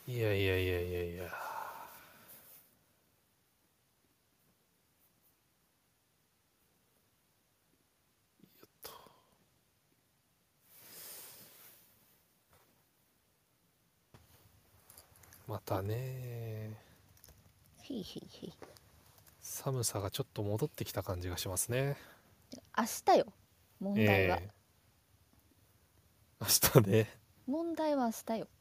いやいやいやいやいや。またね、 へいへいへい。 寒さがちょっと戻ってきた感じがしますね。 明日よ、問題は。 え明日ね。 問題は明日よ。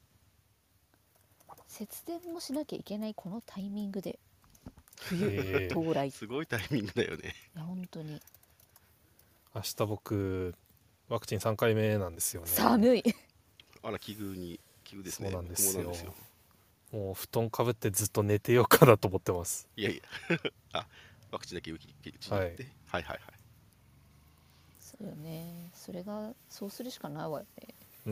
節電もしなきゃいけないこのタイミングで冬到来。 すごいタイミングだよね。 いや本当に明日僕ワクチン3回目なんですよね。 寒い。 あら、奇遇ですね。 そうなんですよ僕もなんですよ。 もう布団かぶってずっと寝てようかなと思ってます。 いやいやあ、ワクチンだけ打ちに行って、はいはいはい。 そうよね。それがそうするしかないわよね。 うん。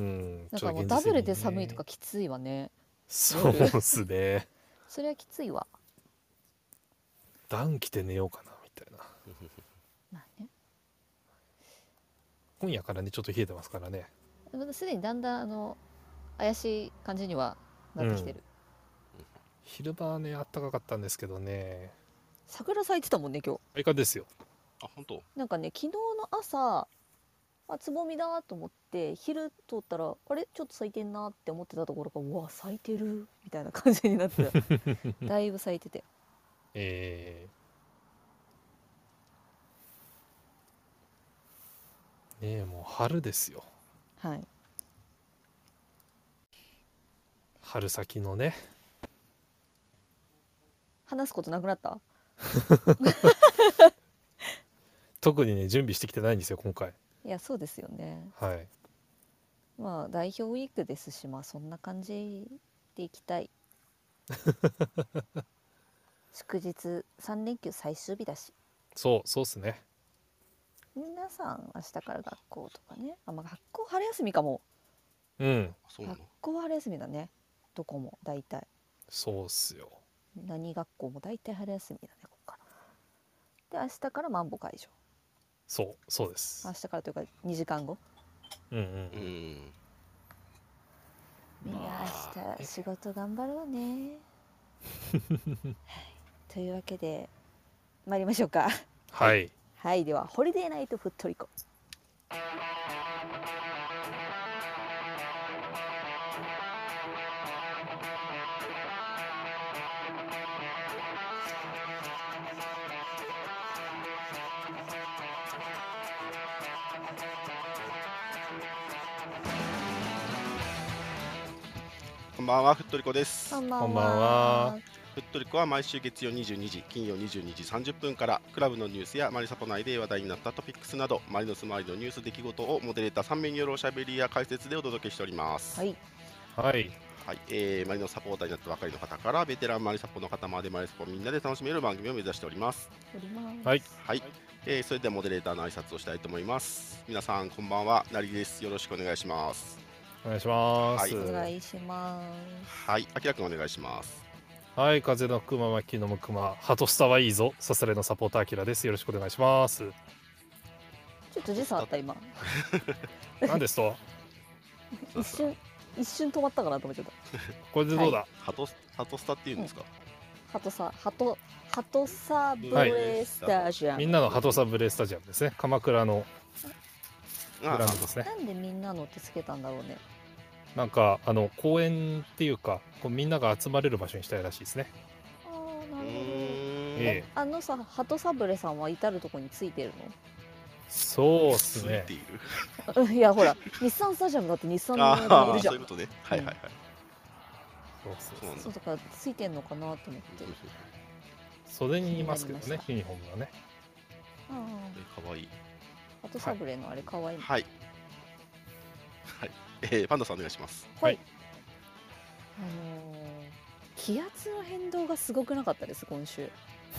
なんかもうダブルで寒いとかきついわね。 そうですね。 それはきついわ。 ダウン着て寝ようかなみたいな。 まあね。 今夜からねちょっと冷えてますからね。 すでにだんだん怪しい感じにはなってきてる。 昼間はね暖かかったんですけどね。 桜咲いてたもんね今日。 相変ですよ。 あ、本当。 なんかね昨日の朝つぼみだと思って昼通ったらあれちょっと咲いてんなって思ってたところがうわ咲いてるみたいな感じになってた。だいぶ咲いてて。 ねえもう春ですよ。 はい。 春先のね。 話すことなくなった？ 特にね準備してきてないんですよ今回。 いやそうですよね。 はい。 まあ代表ウィークですし、まあそんな感じでいきたい。祝日3連休最終日だし、 そうっすね。 皆さん明日から学校とかね。まあ、学校春休みかも。 うん。 学校は春休みだね。どこも大体。 そうっすよ。 何学校も大体春休みだねこっから。で明日からマンボ会場。 そうです。 明日からというか2時間後。 うんうん。 いや明日仕事頑張ろうね。というわけで参りましょうか。 はい。 はい、ではホリデーナイトふっとりこ。 こんばんは、ふっとりこです。 こんばんは。 ふっとりこは毎週月曜22時、金曜22時30分からクラブのニュースやマリサポ内で話題になったトピックスなどマリノス周りのニュース出来事をモデレーター3名によるおしゃべりや解説でお届けしております。 はいはい。 はい、マリノスサポーターになったばかりの方からベテランマリサポの方までマリサポみんなで楽しめる番組を目指しております。 はい。 はい、それではモデレーターの挨拶をしたいと思います。皆さんこんばんは、なりです。よろしくお願いします。 お願いします。 お願いします。 はい、あきらくんお願いします。 はい、風の熊巻のむくま、ハトスタはいいぞ、さすれのサポーターあきらです。よろしくお願いします。 ちょっと時差あった今。 何ですと？ 一瞬止まったかなと思っちゃった。 これでどうだ？ ハトスタっていうんですか？ ハトサブレスタジアム。 みんなのハトサブレスタジアムですね。鎌倉のグラウンドですね。 なんでみんなのってつけたんだろうね。 なんか公園っていうかこうみんなが集まれる場所にしたいらしいですね。 ああなるほど。さハトサブレさんは至るとこについてるの？ そうっすね。 いやほら日産スタジアムだって日産のいるじゃん。 そういうことね。はいはいはい。 そうだからついてんのかなと思って。 袖にいますけどね、ユニフォームがね。 ああ。 可愛い。 ハトサブレのあれ可愛い。 はい。はい。パンダさんお願いします。 はい。気圧の変動がすごくなかったです今週。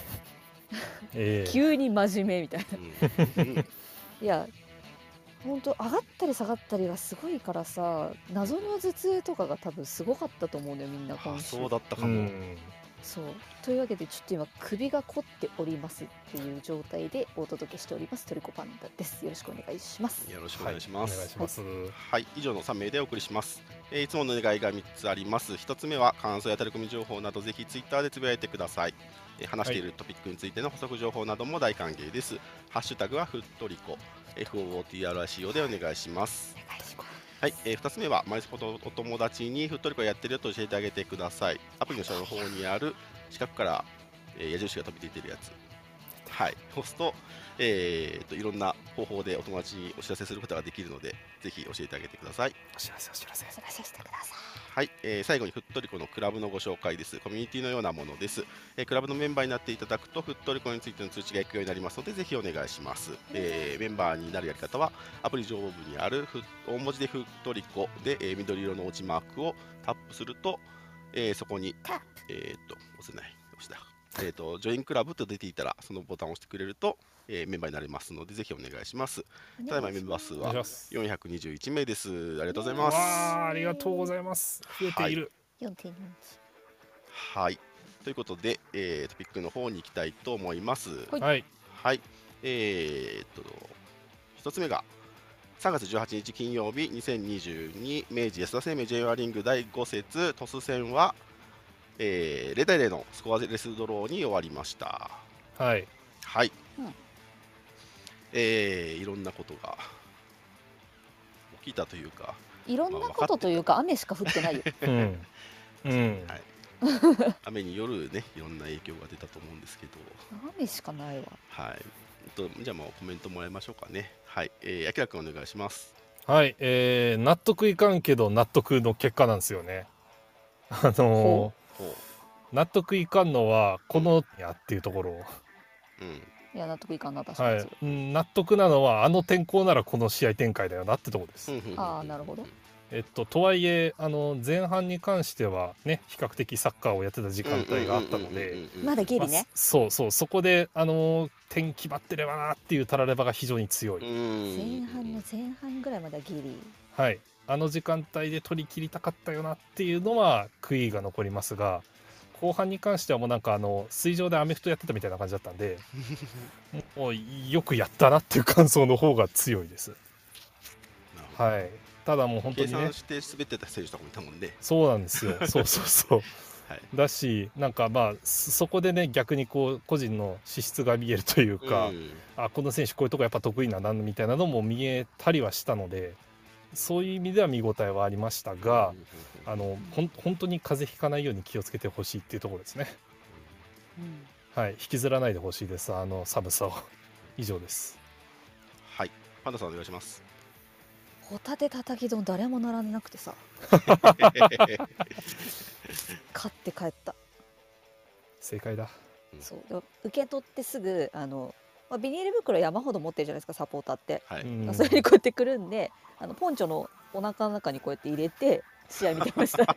急に真面目みたいな。いや本当上がったり下がったりがすごいからさ、謎の頭痛とかが多分すごかったと思うのよみんな今週。 そうだったかも。 そうというわけでちょっと今首が凝っておりますっていう状態でお届けしておりますトリコパンダです。よろしくお願いします。 よろしくお願いします。 お願いします。 はい、以上の3名でお送りします。 いつものお願いが3つあります。1つ目は感想やタレコミ情報などぜひツイッターでつぶやいてください。話しているトピックについての補足情報なども大歓迎です。ハッシュタグはふっとりこ FOOTRICO でお願いします。 お願いします。 はい、2つ目はマイスポとお友達にふっとりこやってるよと教えてあげてください。アプリの下の方にある四角から、矢印が飛び出ているやつ、はい、押すと、いろんな方法でお友達にお知らせすることができるので、ぜひ教えてあげてください。 お知らせ。 お知らせしてください。 はい、最後にふっとりこのクラブのご紹介です。コミュニティのようなものです。クラブのメンバーになっていただくとふっとりこについての通知が行くようになりますので、ぜひお願いします。メンバーになるやり方はアプリ上部にある大文字でふっとりこで、緑色の文字マークをタップすると、そこに押せない押したジョインクラブと出ていたらそのボタンを押してくれると、メンバーになれますのでぜひお願いします。ただいまメンバー数は421名です。ありがとうございます。 ありがとうございます。増えている。 4.4 はい、ということで、トピックの方に行きたいと思います。 はい。 はい、一つ目が3月18日金曜日2022明治安田生命 J1 リング第5節トス戦は、0対0のスコアレスドローに終わりました。 はい。 はい、 うんいろんなことが起きたというか、 いろんなことというか雨しか降ってないよ。 うん。うん。 はい、雨によるねいろんな影響が出たと思うんですけど、 雨しかないわ。 はい、じゃあもうコメントもらいましょうかね。はい、あきらくんお願いします。 はい。納得いかんけど納得の結果なんですよね。 ほ納得いかんのはこのやっていうところ。 う、 いや納得いかんな確かに。 はい。納得なのはあの天候ならこの試合展開だよなってところです。 ああなるほど。 とはいえ前半に関してはね比較的サッカーをやってた時間帯があったので、 まだギリね。 そうそこで点決まってればなっていうたらればが非常に強い。 前半の前半ぐらいまではギリ。 はい。時間帯で取り切りたかったよなっていうのは悔いが残りますが、後半に関してはもうなんか水上でアメフトやってたみたいな感じだったんでもうよくやったなっていう感想の方が強いです。はい。ただもう本当にね計算して滑ってた選手とかもいたもんね。 そうなんですよ。そう、 はい、 だしなんかまあそこでね逆にこう個人の資質が見えるというか、この選手こういうとこやっぱ得意なんみたいなのも見えたりはしたので、そういう意味では見応えはありましたが、本当に風邪ひかないように気をつけてほしいっていうところですね。はい、引きずらないでほしいです、寒さを。以上です。 はい、パンダさんお願いします。 ホタテたたき丼誰も並んでなくてさ買って帰った。 正解だ。 そう受け取ってすぐビニール袋山ほど持ってるじゃないですかサポーターって、 はい、 それにこうやってくるんでポンチョのお腹の中にこうやって入れて試合見てました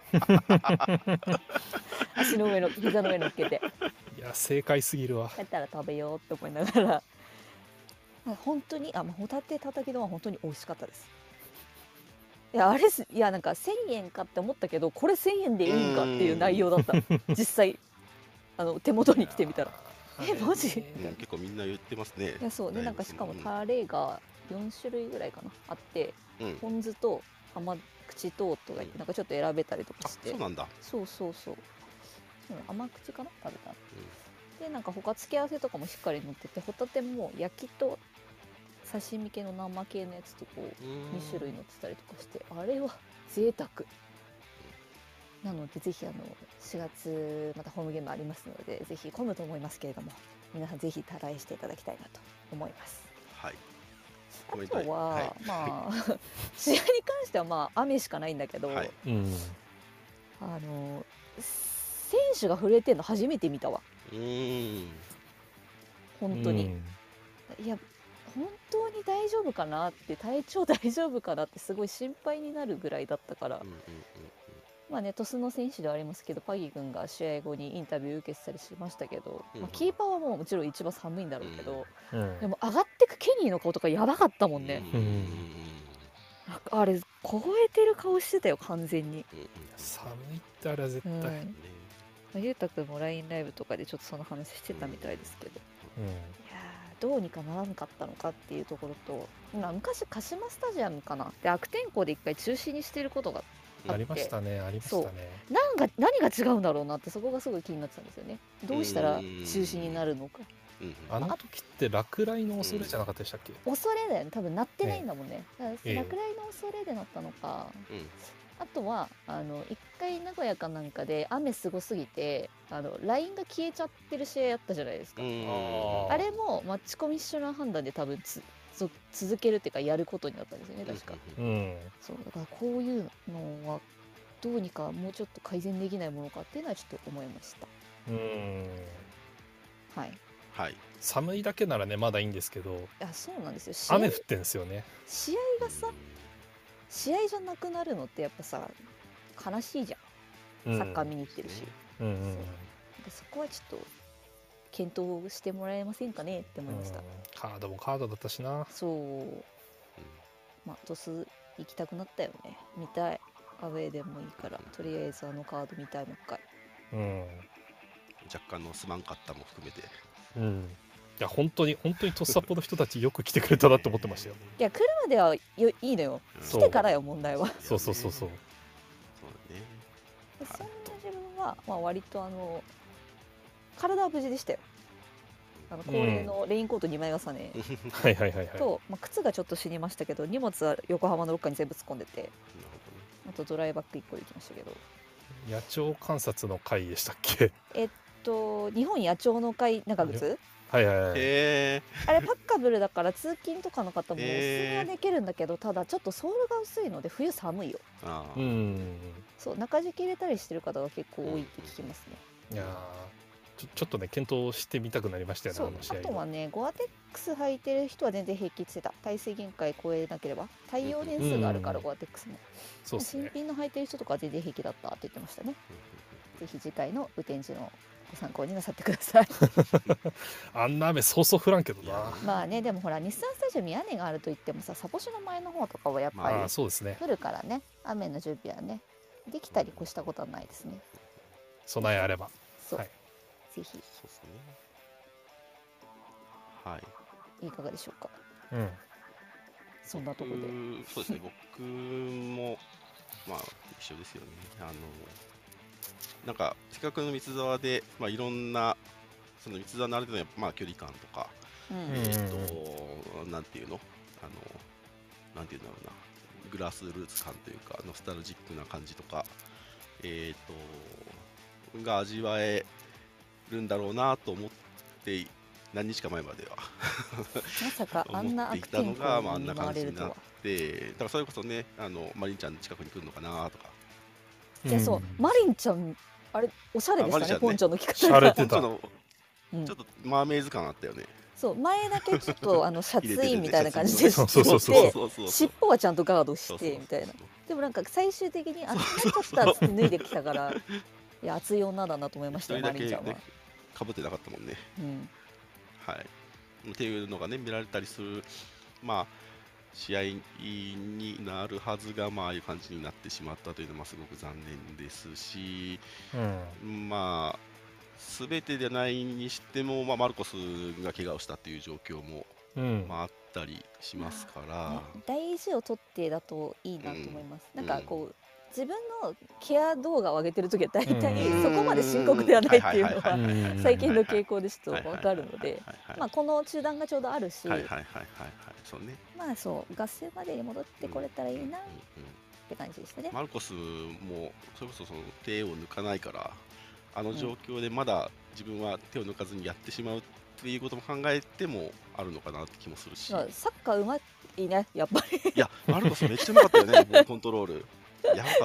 足の上の膝の上乗っけて、 いや正解すぎるわ。 帰ったら食べようって思いながら本当にホタテたたき丼は本当に美味しかったです。いやなんか1000円かって思ったけどこれ1000円でいいんかっていう内容だった実際手元に来てみたらマジ結構みんな言ってますね。 いやそうね、なんかしかもタレが4種類ぐらいかなあって、ポン酢と甘口ととか言ってなんかちょっと選べたりとかして、 そうなんだ。 そう甘口かな食べた、でなんか他付け合わせとかもしっかり乗ってて、ホタテも焼きと刺身系の生系のやつとこう2種類乗ってたりとかして、あれは贅沢なので、ぜひ4月またホームゲームありますので、ぜひ混むと思いますけれども皆さんぜひトライしていただきたいなと思います。 はい。 あとは、まあ試合に関してはまあ雨しかないんだけど、選手が震えてるの初めて見たわ。本当に、いや本当に大丈夫かなって、体調大丈夫かなってすごい心配になるぐらいだったから、まあね、鳥栖の選手ではありますけど、パギ君が試合後にインタビュー受けてたりしましたけど、キーパーはもちろん一番寒いんだろうけど、でも上がってくケニーの顔とかやばかったもんね。あれ凍えてる顔してたよ完全に。 寒いってあれは絶対。 ゆうたくんも LINE ライブとかでちょっとその話してたみたいですけど、いやどうにかならなかったのかっていうところと、昔鹿島スタジアムかなで悪天候で一回中止にしてることがありましたね、ありましたね。 何が違うんだろうなって、そこがすごい気になってたんですよね。どうしたら中止になるのか。 あの時って落雷の恐れじゃなかったでしたっけ？ 恐れだよね、多分鳴ってないんだもんね。だから落雷の恐れでなったのか。あとは一回名古屋かなんかで雨すごすぎてラインが消えちゃってる試合あったじゃないですか。あれもマッチコミッショナー判断で多分続けるっていうかやることになったんですよね、確か。そうだからこういうのはどうにかもうちょっと改善できないものかっていうのはちょっと思いました。はい、 はい、 寒いだけならねまだいいんですけど、 いやそうなんですよ、 雨降ってんですよね。 試合がさ、試合じゃなくなるのってやっぱさ悲しいじゃん、サッカー見に行ってるし、そこはちょっと検討してもらえませんかねって思いました。 カードもカードだったしな。 そう、まあトス行きたくなったよね。見たい、アウェーでもいいからとりあえずあのカード見たい、もう一回。 若干のすまんかったも含めて、 いや本当にトスサポの人たちよく来てくれたなって思ってましたよ。 いや来るまではいいのよ、来てからよ問題は。 そうそうね。 そんな自分は、まあ、割と体は無事でしたよ。恒例のレインコート2枚重ねと、まあ、靴がちょっと死にましたけど、荷物は横浜のロッカーに全部突っ込んでて、あとドライバッグ1個できましたけど。 野鳥観察の会でしたっけ？ 日本野鳥の会長靴、あれパッカブルだから通勤とかの方もおすすめはできるんだけど、ただちょっとソールが薄いので冬寒いよ。そう、中敷き入れたりしてる方が結構多いって聞きますね。 いやちょっとね検討してみたくなりましたよね、あの試合。 あとはね、ゴアテックス履いてる人は全然平気って言ってた。耐水限界超えなければ、耐用年数があるから、ゴアテックスも。そうですね、新品の履いてる人とかは全然平気だったって言ってましたね。ぜひ次回の雨天時のご参考になさってください。 あんな雨そうそう降らんけどな。 まあね、でもほら日産スタジアム屋根があるといってもさ、サポシの前の方とかはやっぱり降るからね、雨の準備はねできたり越したことはないですね。 備えあれば。 そう、ぜひ。そうですね。はい。 いかがでしょうか。そんなところで。 そうですね。僕もまあ一緒ですよね。なんかせっかくの三沢で、まあ、いろんなその三沢のある程度の、まあ、距離感とか、なんていうのなんていうんだろうな、グラスルーツ感というかノスタルジックな感じとかが味わえるんだろうなと思って何日か前まではまさかあんな悪天候に見舞われるとは。 だからそれこそね、マリンちゃんの近くに来るのかなとか。 いや、そうマリンちゃんあれおしゃれでしたね、ポンチョの着方が。 ちょっとマーメイズ感あったよね。 そう、前だけちょっとシャツインみたいな感じでして尻尾はちゃんとガードしてみたいな。でもなんか最終的に暑くなっちゃったっつって脱いできたから、いや熱い女だなと思いましたよ、マリンちゃんは。 かぶってなかったもんね。はい。っていうのがね見られたりする、まあ試合になるはずが、まああいう感じになってしまったというのはすごく残念ですし、まあ全てでないにしても、まあ、マルコスが怪我をしたっていう状況も、まあ、あったりしますから、 大事を取ってだといいなと思います。なんかこう自分のケア動画を上げてる時は大体そこまで深刻ではないっていうのは最近の傾向でちょっと分かるので、まあこの中断がちょうどあるし、まあそう合戦までに戻ってこれたらいいなって感じでしたね。 マルコスもそれこそその手を抜かないから、あの状況でまだ自分は手を抜かずにやってしまうっていうことも考えてもあるのかなって気もするし、 サッカーうまいねやっぱり。 いやマルコスめっちゃうまかったよね、ボールコントロール。やばかった。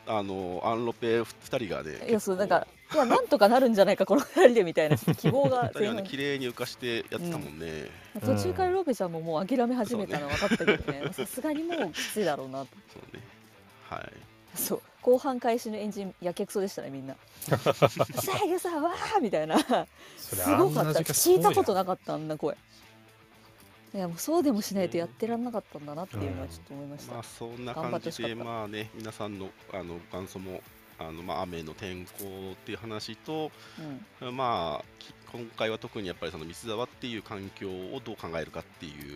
アンロペ2人がね、 いやそうなんかいやなんとかなるんじゃないかこの2人でみたいな希望が綺麗に浮かしてやってたもんね。 途中からロペちゃんももう諦め始めたの分かったけどね、さすがにもうきついだろうなと。 そうね、はい。 そう後半開始のエンジンやけくそでしたねみんな。さあよさわーみたいな、すごかった。聞いたことなかったあんな声。いやもうそうでもしないとやってらんなかったんだなっていうのはちょっと思いました。 まあそんな感じでまあね皆さんの感想もまあ雨の天候っていう話と、まあ今回は特にやっぱりその三沢っていう環境をどう考えるかっていう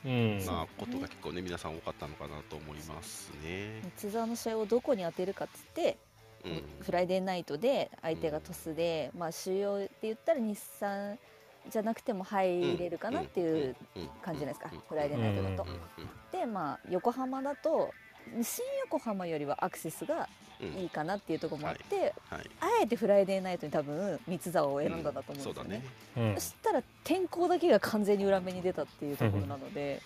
ことが結構ね皆さん多かったのかなと思いますね。 三沢の試合をどこに当てるかっつって、フライデーナイトで相手がトスで、主要って言ったら日産じゃなくても入れるかなっていう感じじゃないですか、フライデーナイトだと。で横浜だと新横浜よりはアクセスがいいかなっていうところもあって、あえてフライデーナイトに多分三沢を選んだんだと思うんですよね。そしたら天候だけが完全に裏目に出たっていうところなので、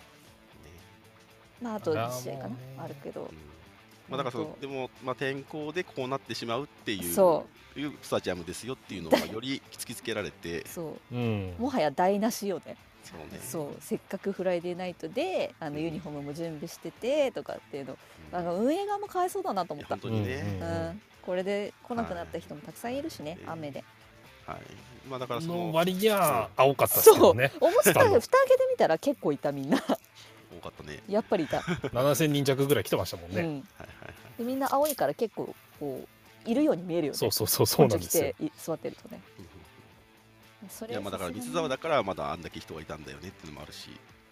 あと1試合かなあるけど。 だからでも、天候でこうなってしまうっていうスタジアムですよっていうのがより突きつけられて、 もはや台無しよね。せっかくフライデーナイトでユニフォームも準備しててとかっていうの、運営側もかわいそうだなと思った。これで来なくなった人もたくさんいるしね、雨で。 だからその割には青かったですけどね。 思ったら蓋開けてみたら結構いたみんな。 多かったね。 やっぱりいた。 7000人弱ぐらい来てましたもんね。 でみんな青いから結構こういるように見えるよね。 そうなんですよ。 座ってるとね。 いやだから三沢だからまだあんだけ人がいたんだよねっていうのもあるし、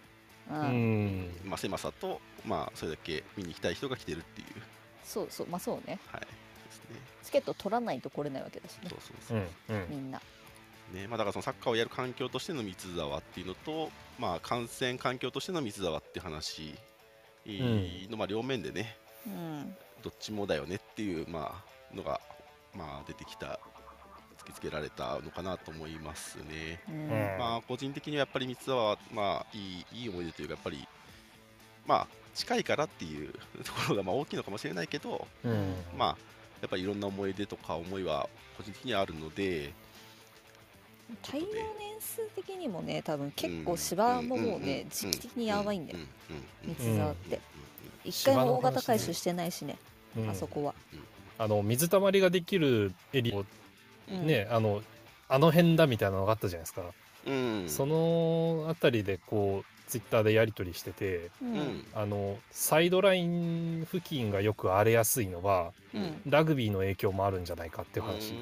狭さとそれだけ見に行きたい人が来てるっていう。 そうね。チケット取らないと来れないわけだしね。みんな。 だからそのサッカーをやる環境としての三沢っていうのと、観戦環境としての三沢っていう話の両面でね、どっちもだよねっていうのが出てきた。突きつけられたのかなと思いますね。個人的にはやっぱり三沢はいい思い出というか、やっぱり近いからっていうところが大きいのかもしれないけど、やっぱりいろんな思い出とか思いは個人的にはあるので、 対応年数的にもね、多分結構芝ももうね時期的にやばいんだよ、三沢って。一回も大型回収してないしね、あそこは。 水たまりができるエリアをね、あの辺だみたいなのがあったじゃないですか。そのあたりでこうツイッターでやり取りしてて、サイドライン付近がよく荒れやすいのは、ラグビーの影響もあるんじゃないかっていう話。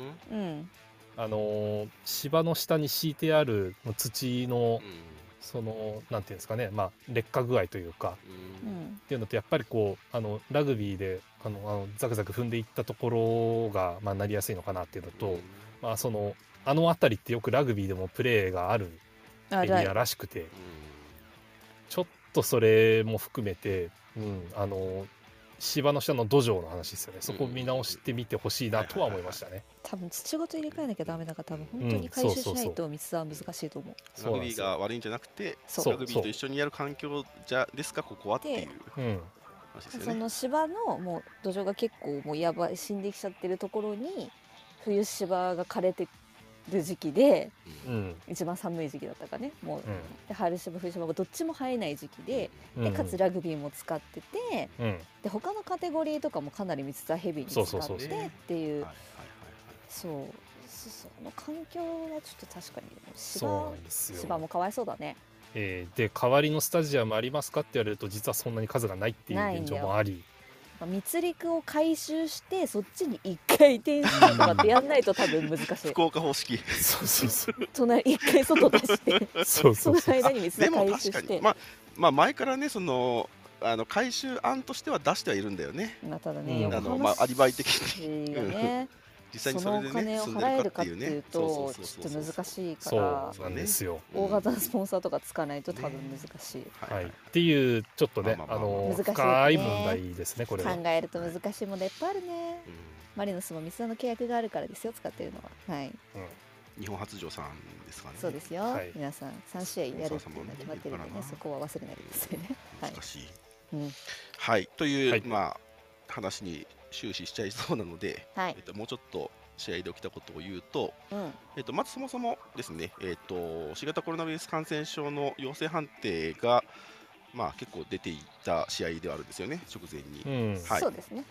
芝の下に敷いてある土のそのなんていうんですかね、劣化具合というか、っていうのとやっぱりこうラグビーでザクザク踏んでいったところがなりやすいのかなっていうのと、辺りってよくラグビーでもプレーがあるエリアらしくて、ちょっとそれも含めて、芝の下の土壌の話ですよね。そこを見直してみてほしいなとは思いましたね。 多分土ごと入れ替えなきゃダメだから、多分本当に回収しないと三沢は難しいと思う。 ラグビーが悪いんじゃなくて、ラグビーと一緒にやる環境ですかここはっていう。 その芝のもう土壌が結構もうやばい死んできちゃってるところに冬芝が枯れてる時期で、一番寒い時期だったかね、もう、で春芝冬芝がどっちも生えない時期で、かつラグビーも使ってて、で他のカテゴリーとかもかなり三沢ヘビーに使ってっていう、その環境はちょっと確かに芝もかわいそうだね。 で代わりのスタジアムありますかって言われると実はそんなに数がないっていう現状もあり、 三陸を回収してそっちに一回移転するとかってやんないと多分難しい。 福岡方式。 隣一回外出してその間に三沢回収して。 でも確かに前からねその回収案としては出してはいるんだよね。 ただね、 アリバイ的に。 実際にそのお金を払えるかっていうとちょっと難しいから、 そうなんですよ。 大型のスポンサーとかつかないと多分難しい。 っていうちょっとね深い問題ですねこれは。 考えると難しい問題いっぱいあるね。マリノスも三沢の契約があるからですよ、使ってるのは。 日本発条さんですかね。 そうですよ。皆さん3試合やるっていうのが決まってるんでね、そこは忘れないでくださいね。 難しい。はいという話に終始しちゃいそうなので、もうちょっと試合で起きたことを言うと、まずそもそもですね、新型コロナウイルス感染症の陽性判定が結構出ていた試合ではあるんですよね、直前に。 そうですね。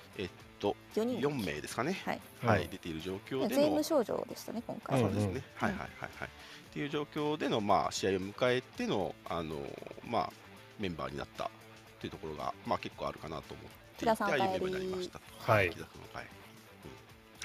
4名ですかね、出ている状況で全無症状でしたね、今回。 そうですね。っていう状況での試合を迎えてのメンバーになったというところが結構あるかなと思って。 キラさんお帰り。 になりましたと。はい。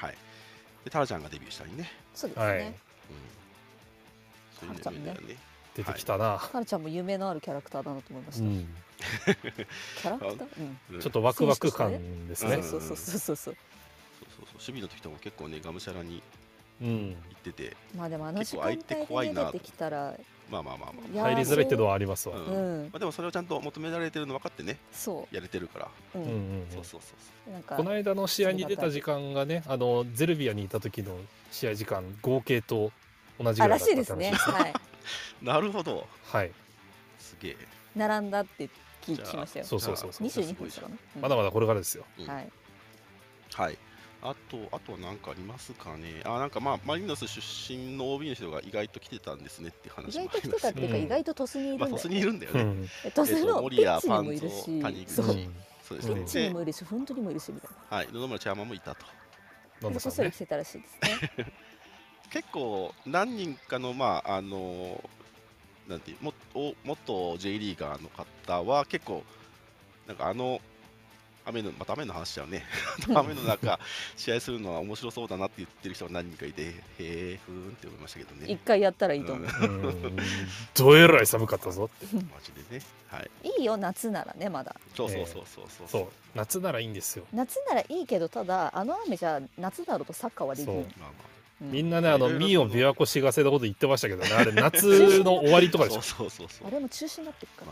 でタラちゃんがデビューしたりね。 そうですね。 そういうのだよね。 出てきたな、 タラちゃんも夢のあるキャラクターだなと思いました、キャラクター、 ちょっとワクワク感ですね。 そう守備の時とも結構ねがむしゃらに言ってて、 まあでもあの時間帯で出てきたら入りづらいっていうのはありますわ。 でもそれをちゃんと求められてるの分かってね、やれてるから。 この間の試合に出た時間がね、ゼルビアにいた時の試合時間合計と同じぐらいだったらしいですね。 なるほど。 はい。 すげえ。 並んだって聞きましたよ。 そう。 22分ですかね。 まだまだこれからですよ。 はい。あとは何かありますかね。なんかマリノス出身の OB の人が意外と来てたんですねって話もあります。 意外と来てたっていうか、意外と鳥栖にいるんだよね。 鳥栖にいるんだよね。 鳥栖の森谷、パンもいるし、 ツ、谷口。 そうですね。ピッチにもいるし、本当にもいるしみたいな。 はい。野々村チャーマンもいたと。 こっそり来てたらしいですね。 結構何人かのなんていう元 J リーガーの方は結構なんか雨の話しちゃうね雨の中試合するのは面白そうだなって言ってる人が何人かいて、へえふーんって思いましたけどね。 一回やったらいいと思う。 どえらい寒かったぞってマジでね。はい。 いいよ夏ならねまだ。 そう夏ならいいんですよ。 夏ならいいけど、ただ雨じゃ夏だろうとサッカーはできない。 みんなねミオ琵琶湖しがせのこと言ってましたけどね、あれ夏の終わりとかでしょ。 あれも中止になってるから。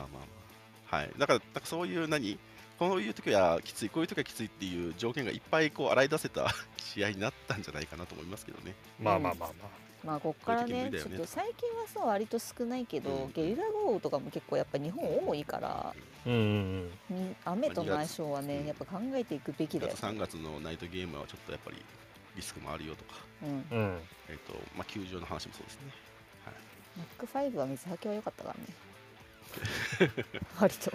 はい。だからそういうこういう時はきつい、こういう時はきついっていう条件がいっぱい洗い出せた試合になったんじゃないかなと思いますけどね。 まあこっからね、ちょっと最近はさ割と少ないけど、ゲリラ豪雨とかも結構やっぱ日本多いから、雨との相性はねやっぱ考えていくべきだよ。 3月のナイトゲームはちょっとやっぱりリスクもあるよとか、球場の話もそうですね。 マック5は水はけは良かったからね。割と。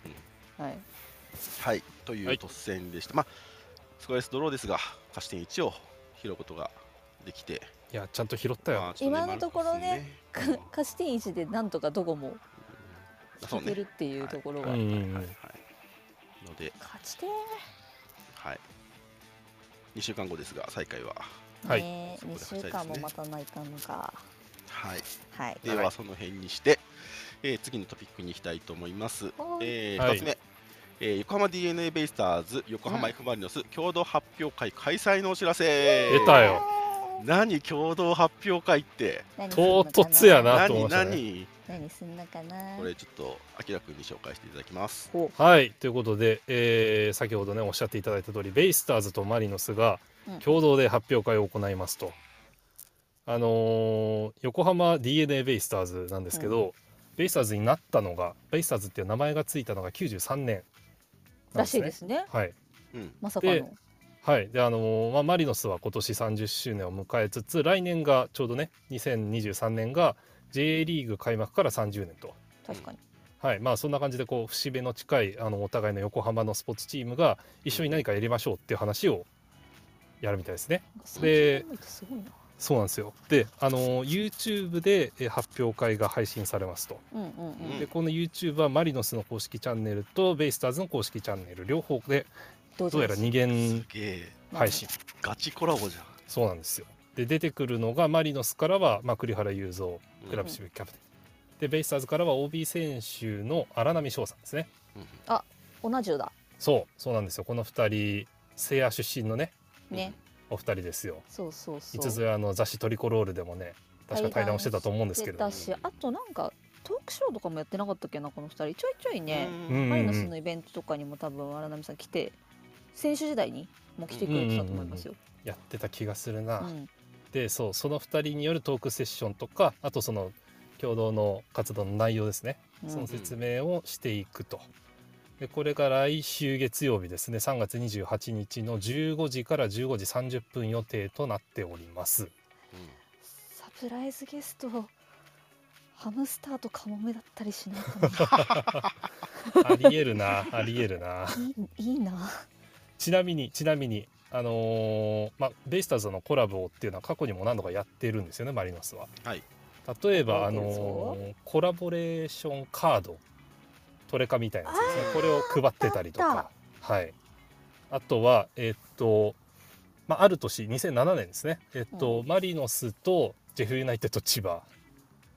はい、という突戦でした。スコアレスドローですが、勝ち点1を拾うことができて、 いやちゃんと拾ったよ。 今のところね、勝ち点1でなんとかどこも引けるっていうところは。ので、 勝ち点。 はい。2週間後ですが、再開は。 はい。2週間もまたないかんのか。 はい。では、その辺にして、次のトピックに行きたいと思います。2つ目。横浜 DeNA ベイスターズ横浜 F ・マリノス共同発表会開催のお知らせ。 出たよ。 何共同発表会って唐突やなと思いましたね。何すんのかな。 これちょっとあきらくんに紹介していただきます。 はい、ということで、先ほどねおっしゃっていただいた通りベイスターズとマリノスが共同で発表会を行いますと。横浜 DeNA ベイスターズなんですけど、ベイスターズになったのがベイスターズっていう名前がついたのが93年らしいですね。 はい。 まさかの。 はい。でマリノスは今年30周年を迎えつつ、来年がちょうどね2023年が J リーグ開幕から30年と。 確かに。 はい。そんな感じで節目の近いお互いの横浜のスポーツチームが一緒に何かやりましょうっていう話をやるみたいですね。で、そうなんですよ。で、YouTube で発表会が配信されますと。で、この YouTube はマリノスの公式チャンネルとベイスターズの公式チャンネル両方でどうやら2元配信。 ガチコラボじゃん。 そうなんですよ。で、出てくるのがマリノスからは栗原雄三クラブ守備キャプテン。で、ベイスターズからは OB 選手の荒波翔さんですね。 あ、同じだ。 そうなんですよ。この2人、セア出身のね。お二人ですよ。いつぞや雑誌トリコロールでもね確か対談をしてたと思うんですけど。 あとなんかトークショーとかもやってなかったっけな、この二人ちょいちょいね。マリノスのイベントとかにも多分荒波さん来て、選手時代にも来てくれてたと思いますよ。 やってた気がするな。で、その二人によるトークセッションとか、あとその共同の活動の内容ですね、その説明をしていくと。でこれが来週月曜日ですね、3月28日の15時から15時30分予定となっております。 サプライズゲストハムスターとカモメだったりしないかな。ありえるな。 いいな。 ちなみにベイスターズのコラボっていうのは過去にも何度かやってるんですよね、マリノスは。例えばコラボレーションカードトレカみたいなやつですね、これを配ってたりとか、あとはある年2007年ですね、マリノスとジェフユナイテッド千葉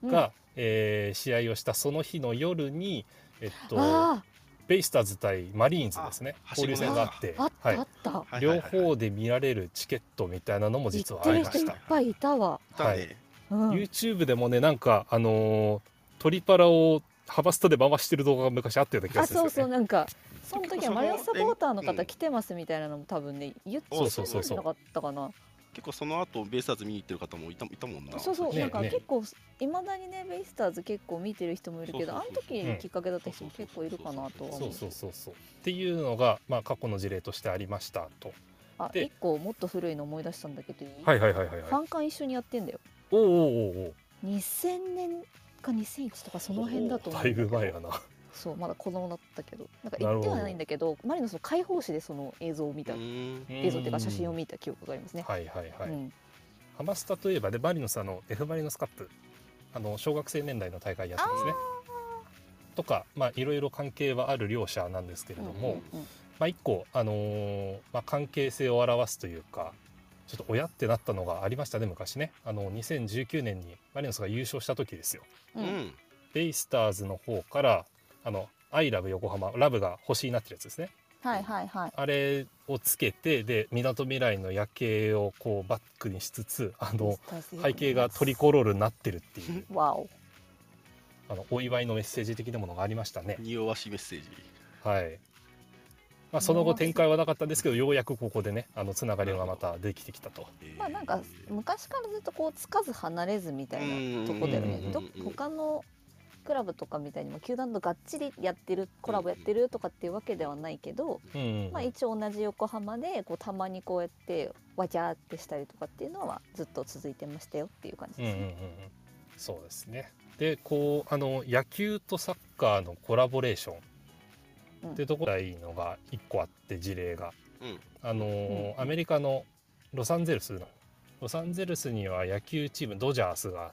が、試合をしたその日の夜に、 あベイスターズ対マリーンズですね、 あ交流戦があって、 あったあった、 はい両方で見られるチケットみたいなのも実はありました。 行ってる人いっぱいいたわ。 だね。 うん、 YouTube でもね、なんかトリパラをハバスタで回してる動画が昔あったような気があ、 するんそうそう、 ですよね。 なんかその時はマリノスサポーターのうん方来てますみたいなのも多分ね言ってそうそうそうなかったかな。 結構その後ベイスターズ見に行ってる方もいたもんな。 そうそう、 ねなんかね結構いまだにねベイスターズ結構見てる人もいるけど、あのそうそうそう時きっかけだった人も結構いるかなとは思う。 そうっていうのが、まあ、過去の事例としてありましたと。 あ、 で一個もっと古いの思い出したんだけどいい？ はいファン館一緒にやってんだよ。 おお 2000年か2001とかその辺だと思うんだいだけど。 ぶ前やな。 そうまだ子供だったけど、なんか行ってはないんだけど、マリノスの開放誌でその映像を見た、映像っていうか写真を見た記憶がありますね。 はい、 うん、 ハマスタといえばでマリノスF マリノスカップ小学生年代の大会やってますねとか、まあいろいろ関係はある両者なんですけれども、 うんまあ一個まあ、関係性を表すというかちょっと親ってなったのがありましたね昔ね。2019年にマリノスが優勝した時ですよ。 うんうんベイスターズの方からアイラブ横浜、ラブが星になってるやつですね。 はいはいはい。 あれをつけて、でみなとみらいの夜景をこうバックにしつつ背景がトリコロールになってるっていうわお。 お祝いのメッセージ的なものがありましたね。 匂わしメッセージ。 はい。まあ、その後展開はなかったんですけど、ようやくここでねつながりがまたできてきたと。 まあなんか昔からずっとこうつかず離れずみたいなとこだよね。他のクラブとかみたいにも球団とがっちりやってるコラボやってるとかっていうわけではないけど、まあ一応同じ横浜でこうたまにこうやってわちゃーってしたりとかっていうのはずっと続いてましたよっていう感じですね。 そうですね。でこう野球とサッカーのコラボレーションってところがいいのが1個あって事例が、アメリカのロサンゼルスには野球チームドジャースがあって、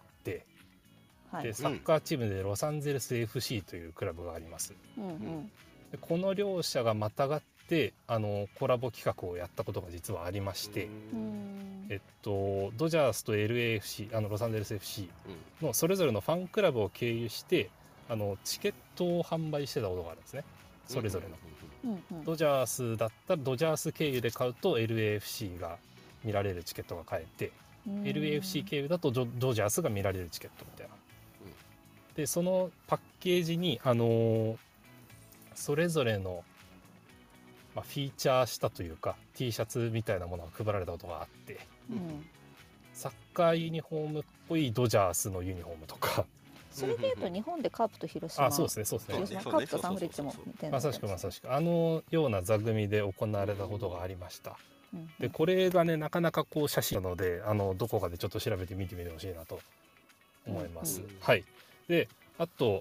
でサッカーチームでロサンゼルス FC というクラブがあります。でこの両者がまたがってコラボ企画をやったことが実はありまして、ドジャースと LAFC ロサンゼルス FC のそれぞれのファンクラブを経由してチケットを販売してたことがあるんですね。それぞれの、ドジャースだったらドジャース経由で買うと LAFC が見られるチケットが買えて、LAFC 経由だとドジャースが見られるチケットみたいな。でそのパッケージにそれぞれの、まあ、フィーチャーしたというか T シャツみたいなものが配られたことがあって、サッカーユニフォームっぽいドジャースのユニフォームとか。 それでいうと日本でカープと広島、 そうですねカープとサンフレッチェもみたいな、 まさしくような座組で行われたことがありました。でこれがねなかなかこう写真なのでどこかでちょっと調べて見てみてほしいなと思います。はい。であと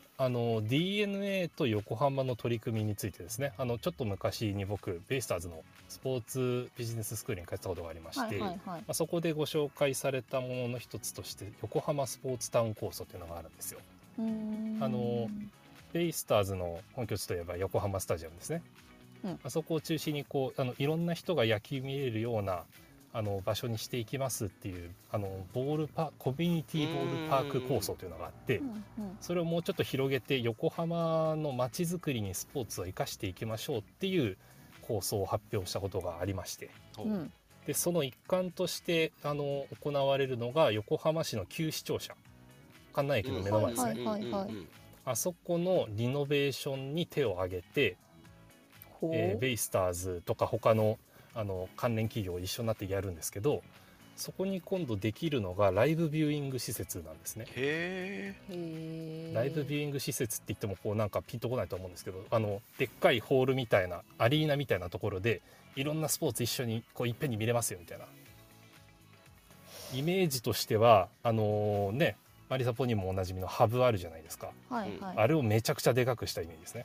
DNA と横浜の取り組みについてですね、ちょっと昔に僕ベイスターズのスポーツビジネススクールに通ったことがありまして、そこでご紹介されたものの一つとして横浜スポーツタウン構想というのがあるんですよ。ベイスターズの本拠地といえば横浜スタジアムですね。あそこを中心にこういろんな人が野球見れるような場所にしていきますっていうコミュニティボールパーク構想というのがあって、それをもうちょっと広げて横浜の街づくりにスポーツを生かしていきましょうっていう構想を発表したことがありまして、でその一環として行われるのが横浜市の旧市庁舎関内駅の目の前ですね。あそこのリノベーションに手を挙げて、ベイスターズとか他の関連企業一緒になってやるんですけど、そこに今度できるのがライブビューイング施設なんですね。ライブビューイング施設って言ってもこうなんかピンとこないと思うんですけど、でっかいホールみたいなアリーナみたいなところでいろんなスポーツ一緒にこういっぺんに見れますよみたいなイメージとしてはね、マリサポにもおなじみのハブあるじゃないですか、あれをめちゃくちゃでかくしたイメージですね。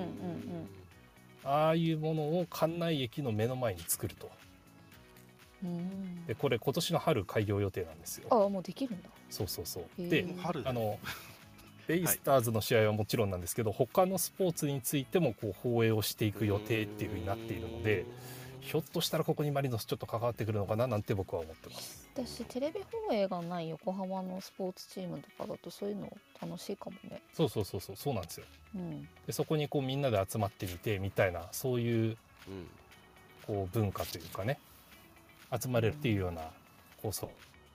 ああいうものを関内駅の目の前に作ると。でこれ今年の春開業予定なんですよ。 もうできるんだ。 そうでベイスターズの試合はもちろんなんですけど、他のスポーツについてもこう放映をしていく予定っていう風になっているので、 ひょっとしたらここにマリノスちょっと関わってくるのかななんて僕は思ってます。 私テレビ放映がない横浜のスポーツチームとかだとそういうの楽しいかもね。 そうなんですよ。でそこにこうみんなで集まってみてみたいな、そういうこう文化というかね、集まれるっていうような構想。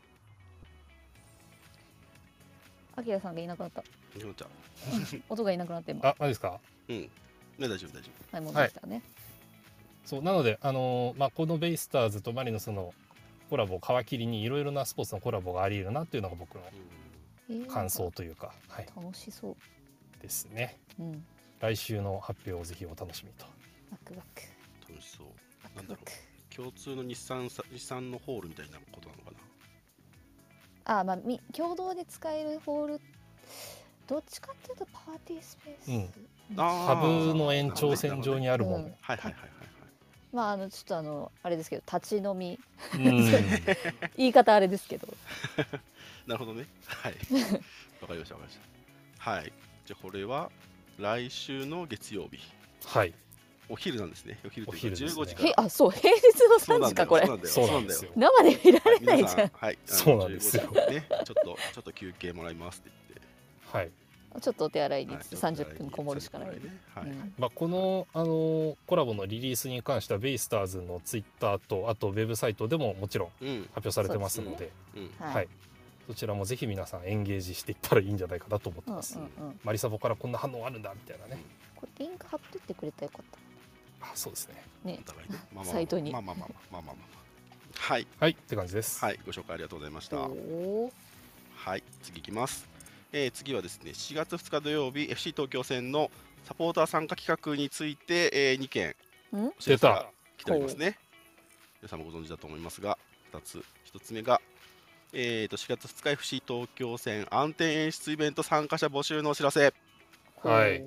アキラさんがいなくなった。音がいなくなって今。 マジですか？ 大丈夫。 はい、戻ってきたね。 そうなのでこのベイスターズとマリノスのコラボを皮切りにいろいろなスポーツのコラボがあり得るなっていうのが僕の感想というか、 楽しそうですね。来週の発表をぜひお楽しみと。 ワクワク。 楽しそう。なんだろう、共通の日産のホールみたいなことなのかな。 共同で使えるホール、どっちかっていうとパーティースペース、 ハブの延長線上にあるもの。 ちょっとあれですけど、立ち飲み言い方あれですけどなるほどね。わかりました。はい、じゃあこれは来週の月曜日、お昼なんですね。お昼というか15時から。 そう、平日の3時かこれ。 そうなんですよ。 生で見られないじゃん。 そうなんですよ。 ちょっと休憩もらいますって言って。 ちょっとお手洗いに30分こもるしかない。 このコラボのリリースに関してはベイスターズのツイッターとあとウェブサイトでももちろん発表されてますので、そちらもぜひ皆さんエンゲージしていったらいいんじゃないかなと思ってます。マリサボからこんな反応あるんだみたいなね。 これリンク貼っといてくれたらよかった。 そうですね。サイトに。 はいって感じです。 ご紹介ありがとうございました。次いきます。次はですね、4月2日土曜日 FC 東京戦のサポーター参加企画について、2件出た来ておりますね。皆さんもご存知だと思いますが、2つ。1つ目が、4月2日 FC 東京戦暗転演出イベント参加者募集のお知らせ。こ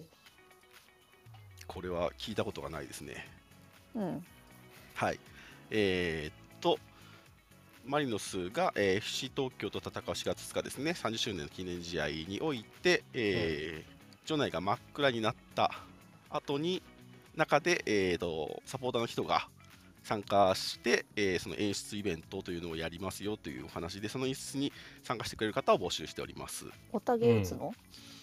れは聞いたことがないですね。マリノスが、FC 東京と戦う4月2日ですね、30周年の記念試合において、場内が真っ暗になった後に中で、サポーターの人が参加して、その演出イベントというのをやりますよというお話で、その演出に参加してくれる方を募集しております。 おたげ打つの？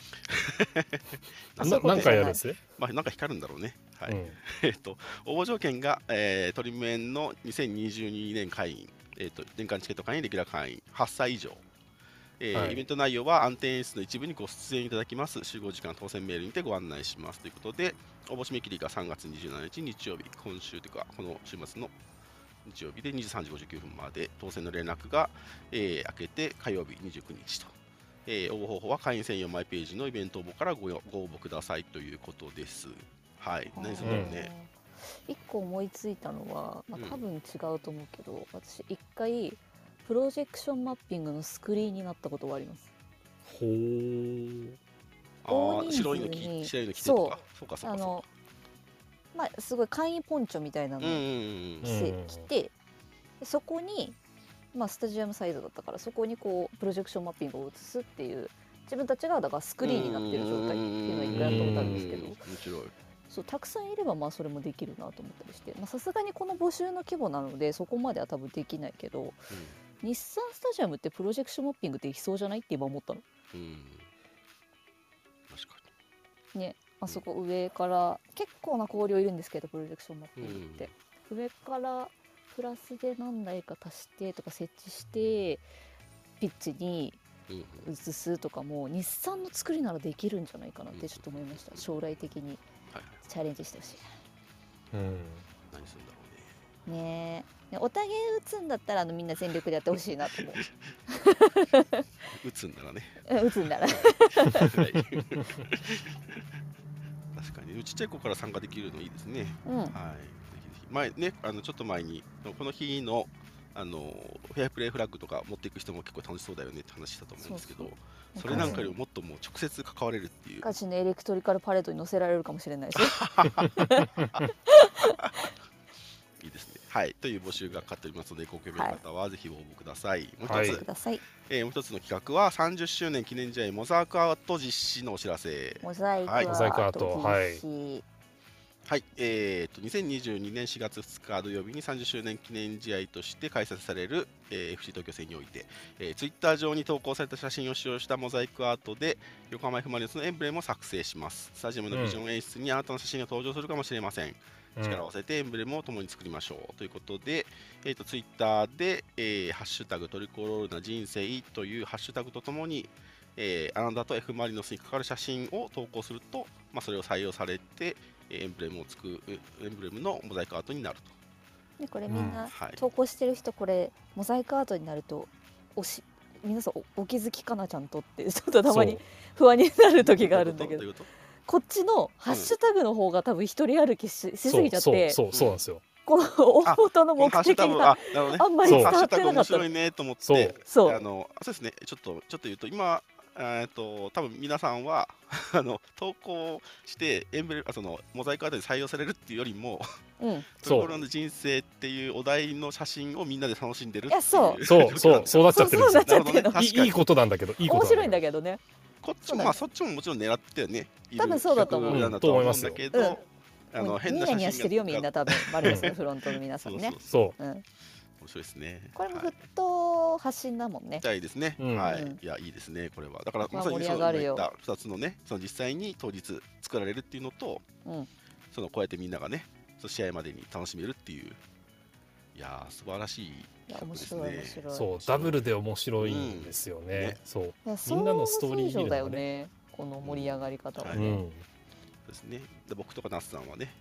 何回やるんですね。 なんか光るんだろうね。応募条件が、トリメンの2022年会員、年間チケット会員、レギュラー会員8歳以上、イベント内容は暗転演出の一部にご出演いただきます。集合時間当選メールにてご案内しますということで、応募締め切りが3月27日日曜日、今週というかこの週末の日曜日で23時59分まで、当選の連絡が、明けて火曜日29日と、応募方法は会員専用マイページのイベント応募からご応募くださいということです。何するんだろうね。 1個思いついたのは、多分違うと思うけど、私1回プロジェクションマッピングのスクリーンになったことがあります。 白いの着てとか。 すごい簡易ポンチョみたいなのを着て、そこにスタジアムサイズだったから、そこにこうプロジェクションマッピングを映すっていう、自分たちがだからスクリーンになってる状態っていうのを1回やったことあるんですけど、そうたくさんいればそれもできるなと思ったりして、さすがにこの募集の規模なのでそこまでは多分できないけど、日産スタジアムってプロジェクションマッピングできそうじゃないって今思ったの。 確かにね、あそこ上から結構な光量いるんですけど、プロジェクションマッピングって上からプラスで何台か足してとか設置してピッチに映すとかも日産の作りならできるんじゃないかなってちょっと思いました。将来的にチャレンジしてほしい。 何するんだろうね。 ねえ、おたげ打つんだったらみんな全力でやってほしいなと思う。 打つんならね。 打つんなら。 確かにちっちゃい子から参加できるのいいですね。前ね、ちょっと前にこの日のフェアプレーフラッグとか持っていく人も結構楽しそうだよねって話したと思うんですけど、それなんかよりもっともう直接関われるっていう。 ガチのエレクトリカルパレードに乗せられるかもしれないし。 いいですね。という募集がかかっておりますので、ご興味の方はぜひ応募ください。もう一つの企画は30周年記念試合モザイクアート実施のお知らせ。 モザイクアート実施。 はい、2022年4月2日土曜日に30周年記念試合として開催される、FC 東京戦において、ツイッター上に投稿された写真を使用したモザイクアートで横浜 F ・マリノスのエンブレムを作成します。スタジアムのビジョン演出にあなたの写真が登場するかもしれません。力を合わせてエンブレムを共に作りましょうということで、ツイッターで、ハッシュタグトリコロールな人生というハッシュタグとともに、あなたと F ・マリノスに関わる写真を投稿すると、それを採用されてエンブレムのモザイクアートになると。 でこれみんな投稿してる人、これモザイクアートになると皆さん お気づきかなちゃんとってちょっとたまに不安になる時があるんだけど、こっちのハッシュタグの方が多分一人歩きしすぎちゃって、 そうなんですよ。 この大元の目的があんまり伝わってなかった。 面白いねと思って、そうですね。ちょっと言うと今多分皆さんは投稿してそのモザイクアートに採用されるっていうよりも、トリコロールの人生っていうお題の写真をみんなで楽しんでるっていう。 そうなっちゃってるんですよ。いいことなんだけど、面白いんだけどね。 こっちもそっちももちろん狙ってよね。 多分そうだと思う。 と思いますよ。 変な写真ニヤしてるよみんな多分マリノスのフロントの皆さんね。 面白いですね。 これも沸騰発信だもんね。 いいですね。はい。いやいいですね。これはだからまさにそういった2つのね、その実際に当日作られるっていうのと、そのこうやってみんながね、試合までに楽しめるっていう、いや素晴らしい企画ですね。 そうダブルで面白いんですよね。そうみんなのストーリー見るのね。 この盛り上がり方はね。そうですね。で僕とかナスさんはね。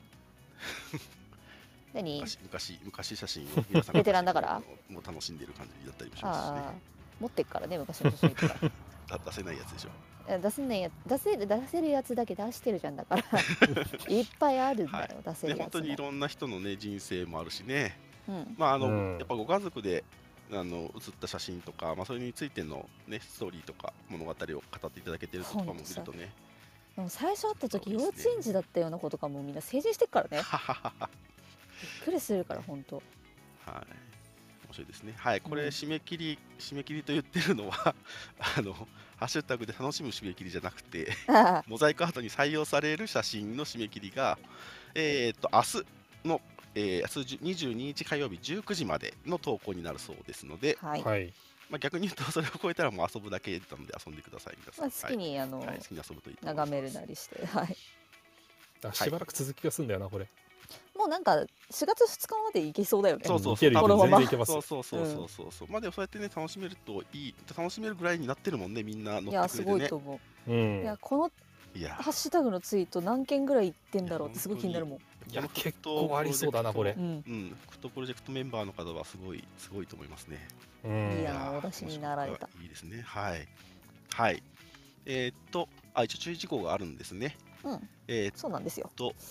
昔写真を皆さんベテランだからもう楽しんでる感じだったりもしますしね。 持ってっからね昔の写真とか出せないやつでしょ。 出せるやつだけ出してるじゃんだからいっぱいあるんだよ、出せるやつ。 本当にいろんな人のね人生もあるしね。やっぱご家族で写った写真とか、それについてのねストーリーとか物語を語っていただけてるとかも見るとね。 でも最初会った時幼稚園児だったような子とかもみんな成人してっからね。びっくりするから本当。 はい。面白いですね。はい。これ締め切りと言ってるのはハッシュタグで楽しむ締め切りじゃなくてモザイクアートに採用される写真の締め切りが明日の22日火曜日19時までの投稿になるそうですので、逆に言うとそれを超えたらもう遊ぶだけなので遊んでください。皆さん好きに好きに遊ぶといいと思います。 眺めるなりして、 しばらく続きがすんだよなこれ。 もうなんか4月2日までいけそうだよね。 このまま。 そう。まあでもそうやってね楽しめるといい、楽しめるぐらいになってるもんねみんな乗ってくれてね。 いやすごいと思う。いやこのハッシュタグのツイート何件ぐらいいってんだろうってすごい気になるもん。 いや結構ありそうだなこれ。 フットプロジェクトメンバーの方はすごいと思いますね。 いやお出しになられた。 いいですね。はい。一応注意事項があるんですね。 そうなんですよ。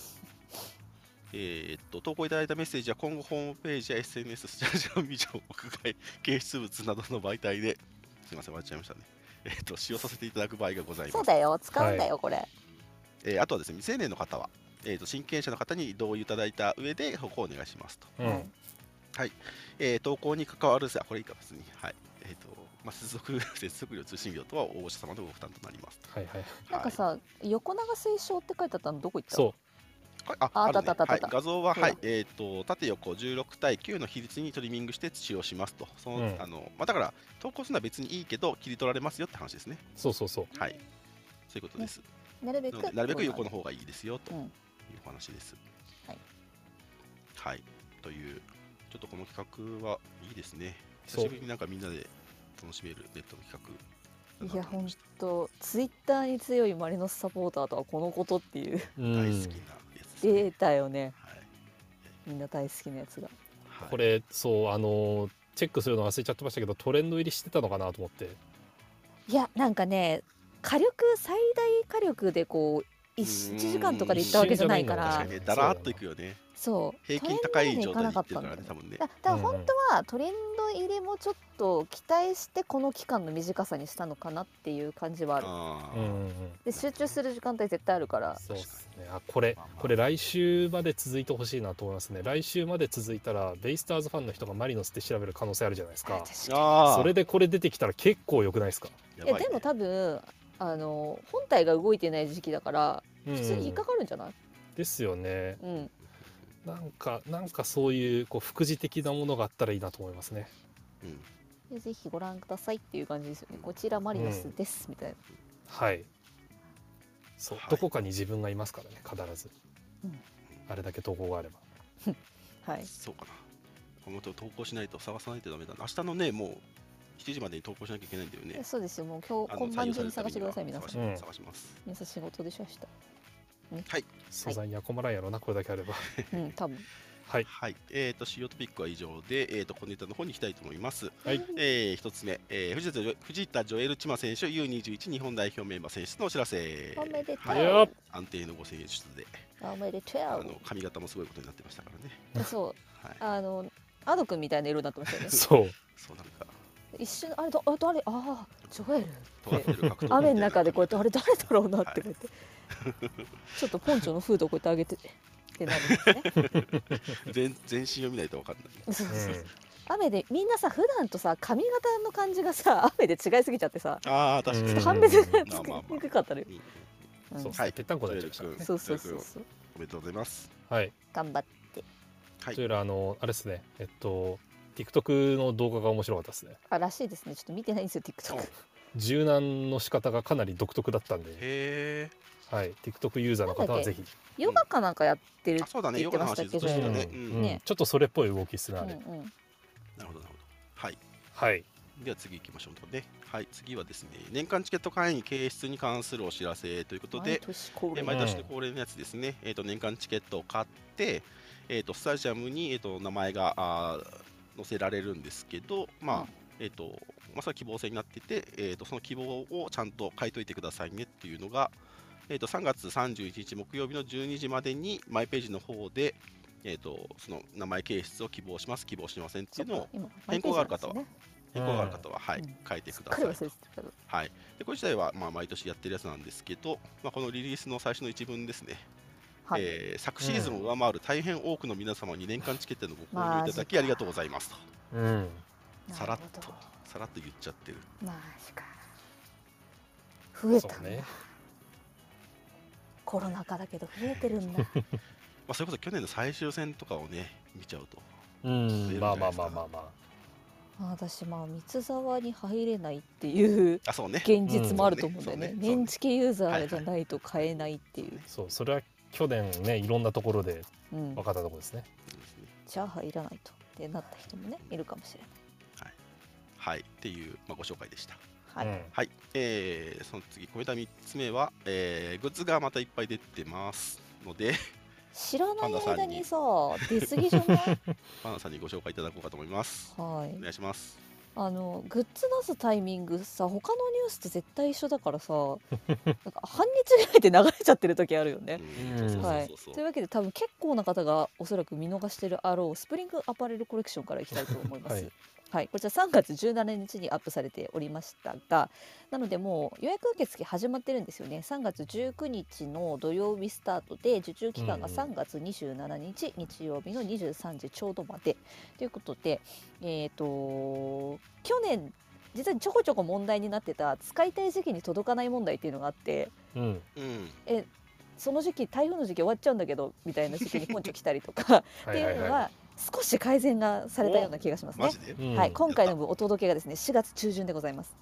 投稿いただいたメッセージは今後ホームページや SNS、スタジオビジョン、屋外、掲出物などの媒体で、すみません、笑っちゃいましたね。使用させていただく場合がございます。 そうだよ、使うんだよ、これ。 あとはですね、未成年の方は、親権者の方に同意いただいた上で投稿をお願いしますと。はい。投稿に関わるこれいいか別に。はい。接続料、通信料とは応募者様のご負担となります。 なんかさ、横長推奨って書いてあったのどこ行ったの？ あった。 画像は、縦横16対9の比率にトリミングして使用しますと。だから投稿するのは別にいいけど切り取られますよって話ですね。 そう。 はい。そういうことです。 なるべく横の方がいいですよというお話です。はい。というちょっとこの企画はいいですね。久しぶりになんかみんなで楽しめるネットの企画。 いや本当ツイッターに強いマリノスサポーターとはこのことっていう大好きな。 出たよね、みんな大好きなやつだ。 これそうチェックするの忘れちゃってましたけどトレンド入りしてたのかなと思って。 いやなんかね最大火力でこう1時間とかで行ったわけじゃないからだらーっといくよね。 そう平均高い状態で行ってるからね多分ね。 だから本当はトレンド入れもちょっと期待してこの期間の短さにしたのかなっていう感じはある。で集中する時間帯絶対あるから。 そうですね。これ来週まで続いてほしいなと思いますね。来週まで続いたらベイスターズファンの人がマリノスって調べる可能性あるじゃないですか。それでこれ出てきたら結構良くないですか？ いやでも多分本体が動いてない時期だから普通に引っかかるんじゃない？ ですよね。 うん、 なんかそういうこう副次的なものがあったらいいなと思いますね。 うん、 でぜひご覧くださいっていう感じですよね。こちらマリノスです、みたいな。 はい。そう、 はいどこかに自分がいますからね、必ず。 うんあれだけ投稿があれば。 はい。 そうかな。この後投稿しないと探さないとダメだな。明日のね、もう7時までに投稿しなきゃいけないんだよね。 そうですよ。もう今日今晩中に探してください、皆さん。 探します。 皆さん仕事でしょ、明日。 はい。 素材には困らんやろな、これだけあれば。 うん、多分。 はい。 はい。主要トピックは以上で、小ネタの方に行きたいと思います。 はい。 一つ目、藤田ジョエル・チマ選手 U21 日本代表メンバー選出のお知らせ。 おめでとう。 はい、安定のご選出で。 おめでとう。 髪型もすごいことになってましたからね。 そう。 はい、 アド君みたいな色になってましたよね。 そう。 そうなんか。 一瞬あれジョエルって雨の中でこうやってあれ誰だろうなってこうやって、ちょっとポンチョのフードをこうやって上げてってなるんですね。 全身を見ないと分かんない。 そうそうそう。雨でみんなさ普段とさ髪型の感じがさ雨で違いすぎちゃってさ、 あ確かにちょっと判別がつきにくかったのよ。 そうはい、ぺったんこになっちゃいましたね。 そうそうそう。 おめでとうございます。 はい。 頑張って。 はい。 というあれですね。TikTok の動画が面白かったですね。 らしいですね。ちょっと見てないんですよ TikTok。 柔軟の仕方がかなり独特だったんで。 へえ。 はい。TikTok ユーザーの方はぜひ。 ヨガかなんかやってるってそうだね。 言ってましたけどね。ちょっとそれっぽい動きですね。あれ。 なるほどなるほど。はい。 はい。 では次行きましょうね。はい、次はですね、年間チケット会員掲出に関するお知らせということで、毎年恒例のやつですね、年間チケットを買って、スタジアムに、名前が載せられるんですけど、まあ、それ希望制になってて、その希望をちゃんと書いといてくださいねっていうのが、3月31日木曜日の12時までにマイページの方で、その名前掲出を希望します、希望しませんっていうのを変更がある方は、はい、書いてください。はい、でこれ自体は毎年やってるやつなんですけど、このリリースの最初の一文ですね、昨シーズンを上回る大変多くの皆様に年間チケットのご購入いただきありがとうございますと、さらっと言っちゃってる。 マジか。増えたね。コロナ禍だけど増えてるんだ。 それこそ去年の最終戦とかをね見ちゃうと、 まあ私三沢に入れないっていう現実もあると思うんだよね。年チケユーザーじゃないと買えないっていう。 そう、それは去年ねいろんなところで分かったところですね。 じゃあ入らないとってなった人もねいるかもしれない。 はいっていうご紹介でした。 はい。 その次、これ3つ目は、グッズがまたいっぱい出てますので知らない間にさ出過ぎじゃないパンダさんにご紹介いただこうかと思います。 はい、 お願いします。 グッズ出すタイミングさ他のニュースと絶対一緒だからさなんか半日ぐらいで流れちゃってる時あるよね。というわけで多分結構な方がおそらく見逃してるあろうスプリングアパレルコレクションからいきたいと思います。はい、こちら3月17日にアップされておりましたが、なのでもう予約受付始まってるんですよね。3月19日の土曜日スタートで受注期間が3月27日日曜日の23時ちょうどまでということで、去年実はちょこちょこ問題になってた使いたい時期に届かない問題っていうのがあって、その時期台風の時期終わっちゃうんだけどみたいな時期にポンチョ来たりとかっていうのは少し改善がされたような気がしますね。はい、今回のお届けがですね4月中旬でございます。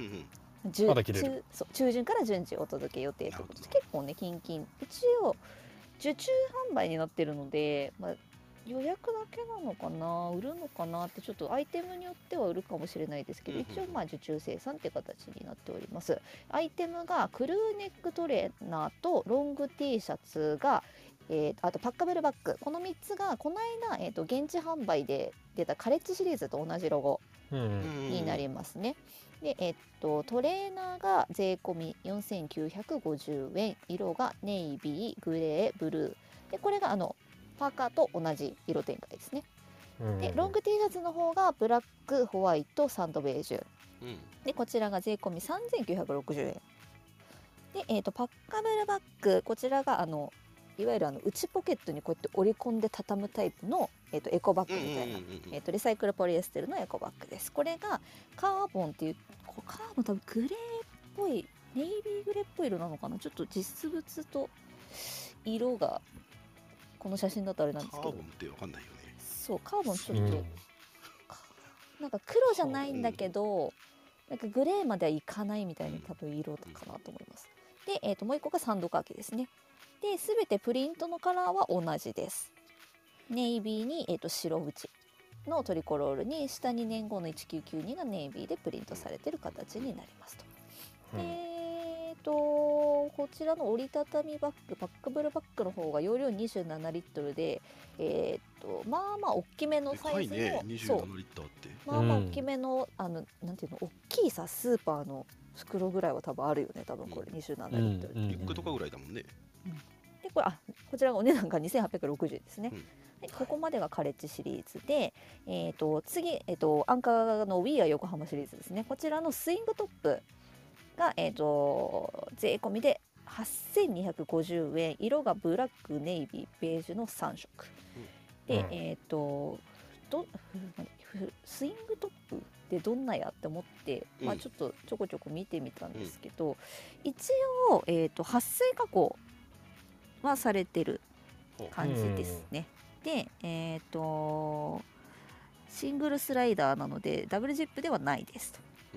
中旬から順次お届け予定ということで結構ねキンキン一応受注販売になってるので、予約だけなのかな売るのかなってちょっとアイテムによっては売るかもしれないですけど、一応受注生産って形になっております。アイテムがクルーネックトレーナーとロング T シャツがあとパッカベルバッグ、この3つがこの間、現地販売で出たカレッジシリーズと同じロゴになりますね。で、トレーナーが税込み4950円、色がネイビー、グレー、ブルーで、これがパーカーと同じ色展開ですね。でロング T シャツの方がブラック、ホワイト、サンドベージュ、でこちらが税込み3960円で、パッカベルバッグ、こちらがいわゆる内ポケットにこうやって折り込んで畳むタイプの、エコバッグみたいな、リサイクルポリエステルのエコバッグです。これがカーボンっていうカーボン多分グレーっぽいネイビーグレーっぽい色なのかな、ちょっと実物と色がこの写真だとあれなんですけど、 カーボンってわかんないよね。 そうカーボンちょっと、なんか黒じゃないんだけど、なんかグレーまではいかないみたいな多分色かなと思います。で、もう一個がサンドカーキですね。で全てプリントのカラーは同じです。ネイビーに、白縁のトリコロールに下に年号の1992がネイビーでプリントされてる形になりますと。こちらの折りたたみバッグ、バックブルバッグの方が容量27リットルで、まあまあ大きめのサイズの、 でかいね、27リッターって。 まあまあ大きめの、なんていうの、大きいさスーパーの袋ぐらいは多分あるよね、多分これ27リットル、 リュックとかぐらいだもんね。 でこれこちらがお値段が2860円ですね。でここまでがカレッジシリーズで、次、アンカーのウィーア横浜シリーズですね。こちらのスイングトップが、税込みで8250円、色がブラック、ネイビー、ベージュの3色、で、スイングトップでどんなやって思って、まあ、ちょっとちょこちょこ見てみたんですけど、一応、撥水加工はされてる感じですね。で、シングルスライダーなのでダブルジップではないですと。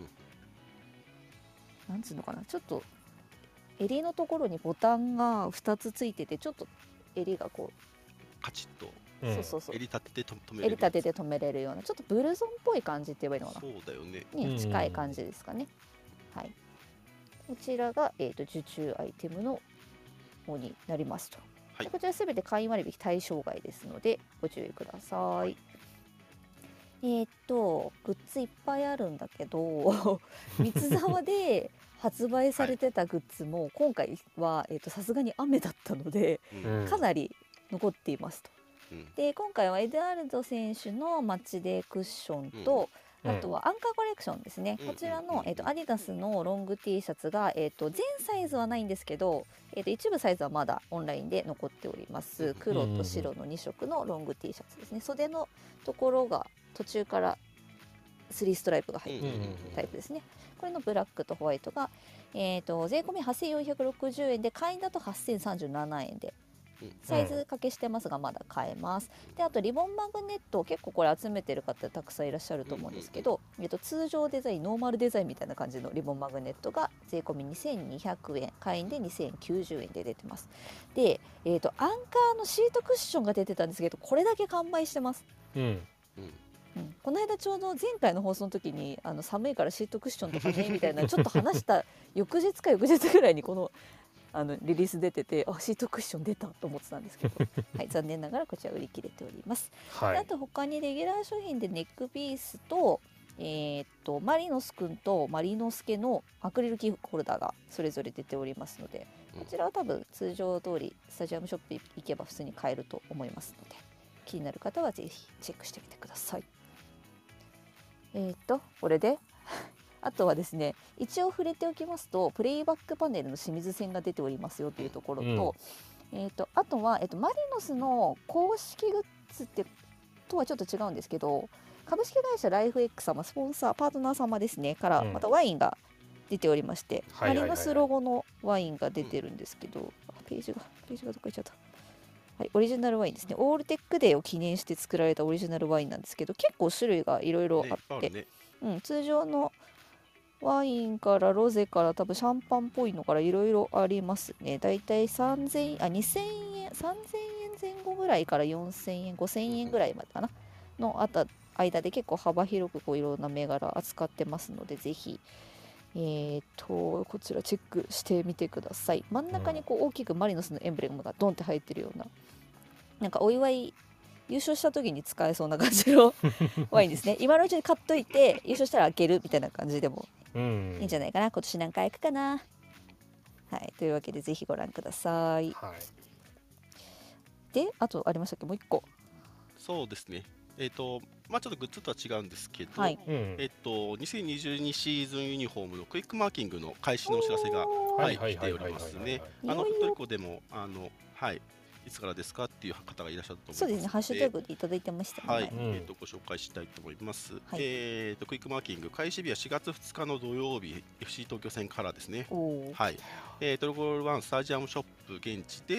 なんつうのかな、ちょっと襟のところにボタンが2つついてて、ちょっと襟がこうカチッと、 そう襟立てて止めれる、 襟立てて止めれるような、ちょっとブルゾンっぽい感じって言えばいいのかな。 そうだよね。 に近い感じですかね。はい。こちらが、受注アイテムの方になりますと。 はい、 こちらすべて会員割引対象外ですのでご注意ください。グッズいっぱいあるんだけど三沢で発売されてたグッズも今回はさすがに雨だったので、かなり残っていますと。で今回はエドワルド選手のマッチデークッションと、あとはアンカーコレクションですね。こちらの、アディダスのロング T シャツが、全サイズはないんですけど、一部サイズはまだオンラインで残っております。黒と白の2色のロング T シャツですね。袖のところが途中から3ストライプが入っているタイプですね。これのブラックとホワイトが、税込み8460円で、会員だと8037円で。サイズ掛けしてますがまだ買えます。であとリボンマグネット、結構これ集めてる方たくさんいらっしゃると思うんですけど、通常デザイン、ノーマルデザインみたいな感じのリボンマグネットが税込み2200円、会員で2090円で出てます。で、アンカーのシートクッションが出てたんですけど、これだけ完売してます。この間ちょうど前回の放送の時に寒いからシートクッションとかねみたいなちょっと話した翌日か翌日ぐらいにこのリリース出てて、シートクッション出たと思ってたんですけど、はい、残念ながらこちら売り切れております。であと他にレギュラー商品でネックピースと、マリノスくんとマリノスケのアクリルキーホルダーがそれぞれ出ておりますので、こちらは多分通常通りスタジアムショップ行けば普通に買えると思いますので、気になる方はぜひチェックしてみてください。これであとはですね、一応触れておきますと、プレイバックパネルの清水線が出ておりますよというところと、あとは、マリノスの公式グッズってとはちょっと違うんですけど、株式会社ライフ X 様、スポンサーパートナー様ですねからまたワインが出ておりまして、マリノスロゴのワインが出てるんですけど、ページがどっか行っちゃった。はい、オリジナルワインですね。オールテックデーを記念して作られたオリジナルワインなんですけど、結構種類がいろいろあって、通常のワインからロゼから多分シャンパンっぽいのからいろいろありますね。だいたい2000円前後ぐらいから4000円5000円ぐらいまでかなの間で結構幅広くいろんな銘柄扱ってますので、ぜひこちらチェックしてみてください。真ん中に大きくマリノスのエンブレムがドンって入ってるような、なんかお祝い優勝した時に使えそうな感じのワインですね。今のうちに買っといて優勝したら開けるみたいな感じでもいいんじゃないかな。今年何回行くかな。はい、というわけでぜひご覧ください。であとありましたっけ、もう一個。 そうですね、まあちょっとグッズとは違うんですけど、2022シーズンユニフォームのクイックマーキングの開始のお知らせが来ておりますね。トルコでもいつからですかっていう方がいらっしゃると思います。 そうですね、ハッシュタグでいただいてましたね。 はい、ご紹介したいと思います。クイックマーキング開始日は4月2日の土曜日、FC 東京戦からですね。はい、トルコロール1スタジアムショップ現地で、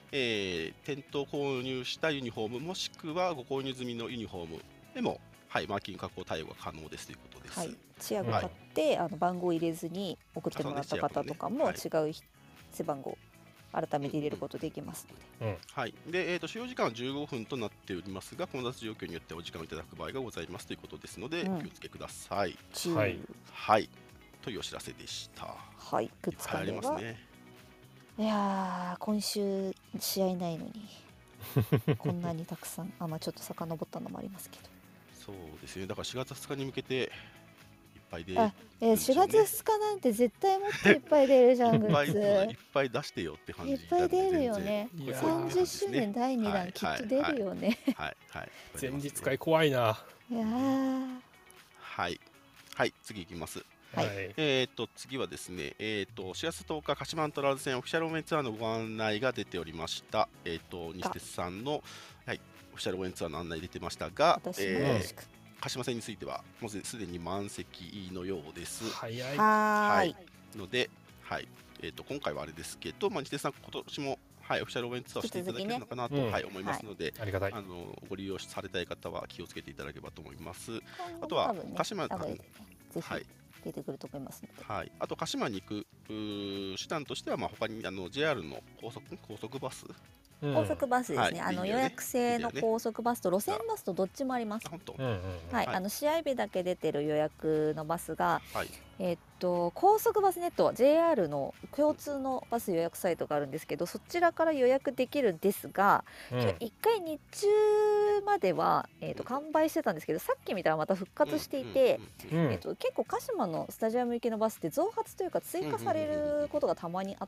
店頭購入したユニフォームもしくはご購入済みのユニフォームでも、はい、マーキング加工対応が可能ですということです。 はい、チアゴ買って、番号入れずに送ってもらった方とかも違う背番号改めて入れることできますので、 はい。で、使用時間は15分となっておりますが、混雑状況によってお時間をいただく場合がございますということですので、お気をつけください。 はい。 はい。というお知らせでした。 はい。グッズ関連は、 ね、 いやー、今週試合ないのにこんなにたくさん、まあちょっと遡ったのもありますけど。 そうですね。だから4月2日に向けていっぱいで、 4月2日なんて絶対もっといっぱい出るじゃん、グッズ。 いっぱい出してよって感じ。 いっぱい出るよね。30周年第2弾きっと出るよね。 はいはい。 前日会怖いな。 いやー。 はいはい、次いきます。 はい、 次はですね、4月10日、鹿島アントラーズ戦オフィシャル応援ツアーのご案内が出ておりました。西鉄さんの、はい、オフィシャル応援ツアーの案内出てましたが、鹿島戦についてはもうすでに満席のようです。 早い。 はい。 ので、はい、今回はあれですけど、西鉄さん今年もはい、オフィシャル応援ツアーをしていただけるのかなと、はい、思いますので、 ありがたい。 ご利用されたい方は気をつけていただければと思います。あとは鹿島ぜひ出てくると思いますので、 はい、あと鹿島に行く手段としては、他にJR の高速バス高速バスですね、予約制の高速バスと路線バスとどっちもあります。はい、試合日だけ出てる予約のバスが、高速バスネット JR の共通のバス予約サイトがあるんですけど、そちらから予約できるんですが、1回日中までは、完売してたんですけど、さっき見たらまた復活していて、結構鹿島のスタジアム行きのバスって増発というか追加されることがたまにあって、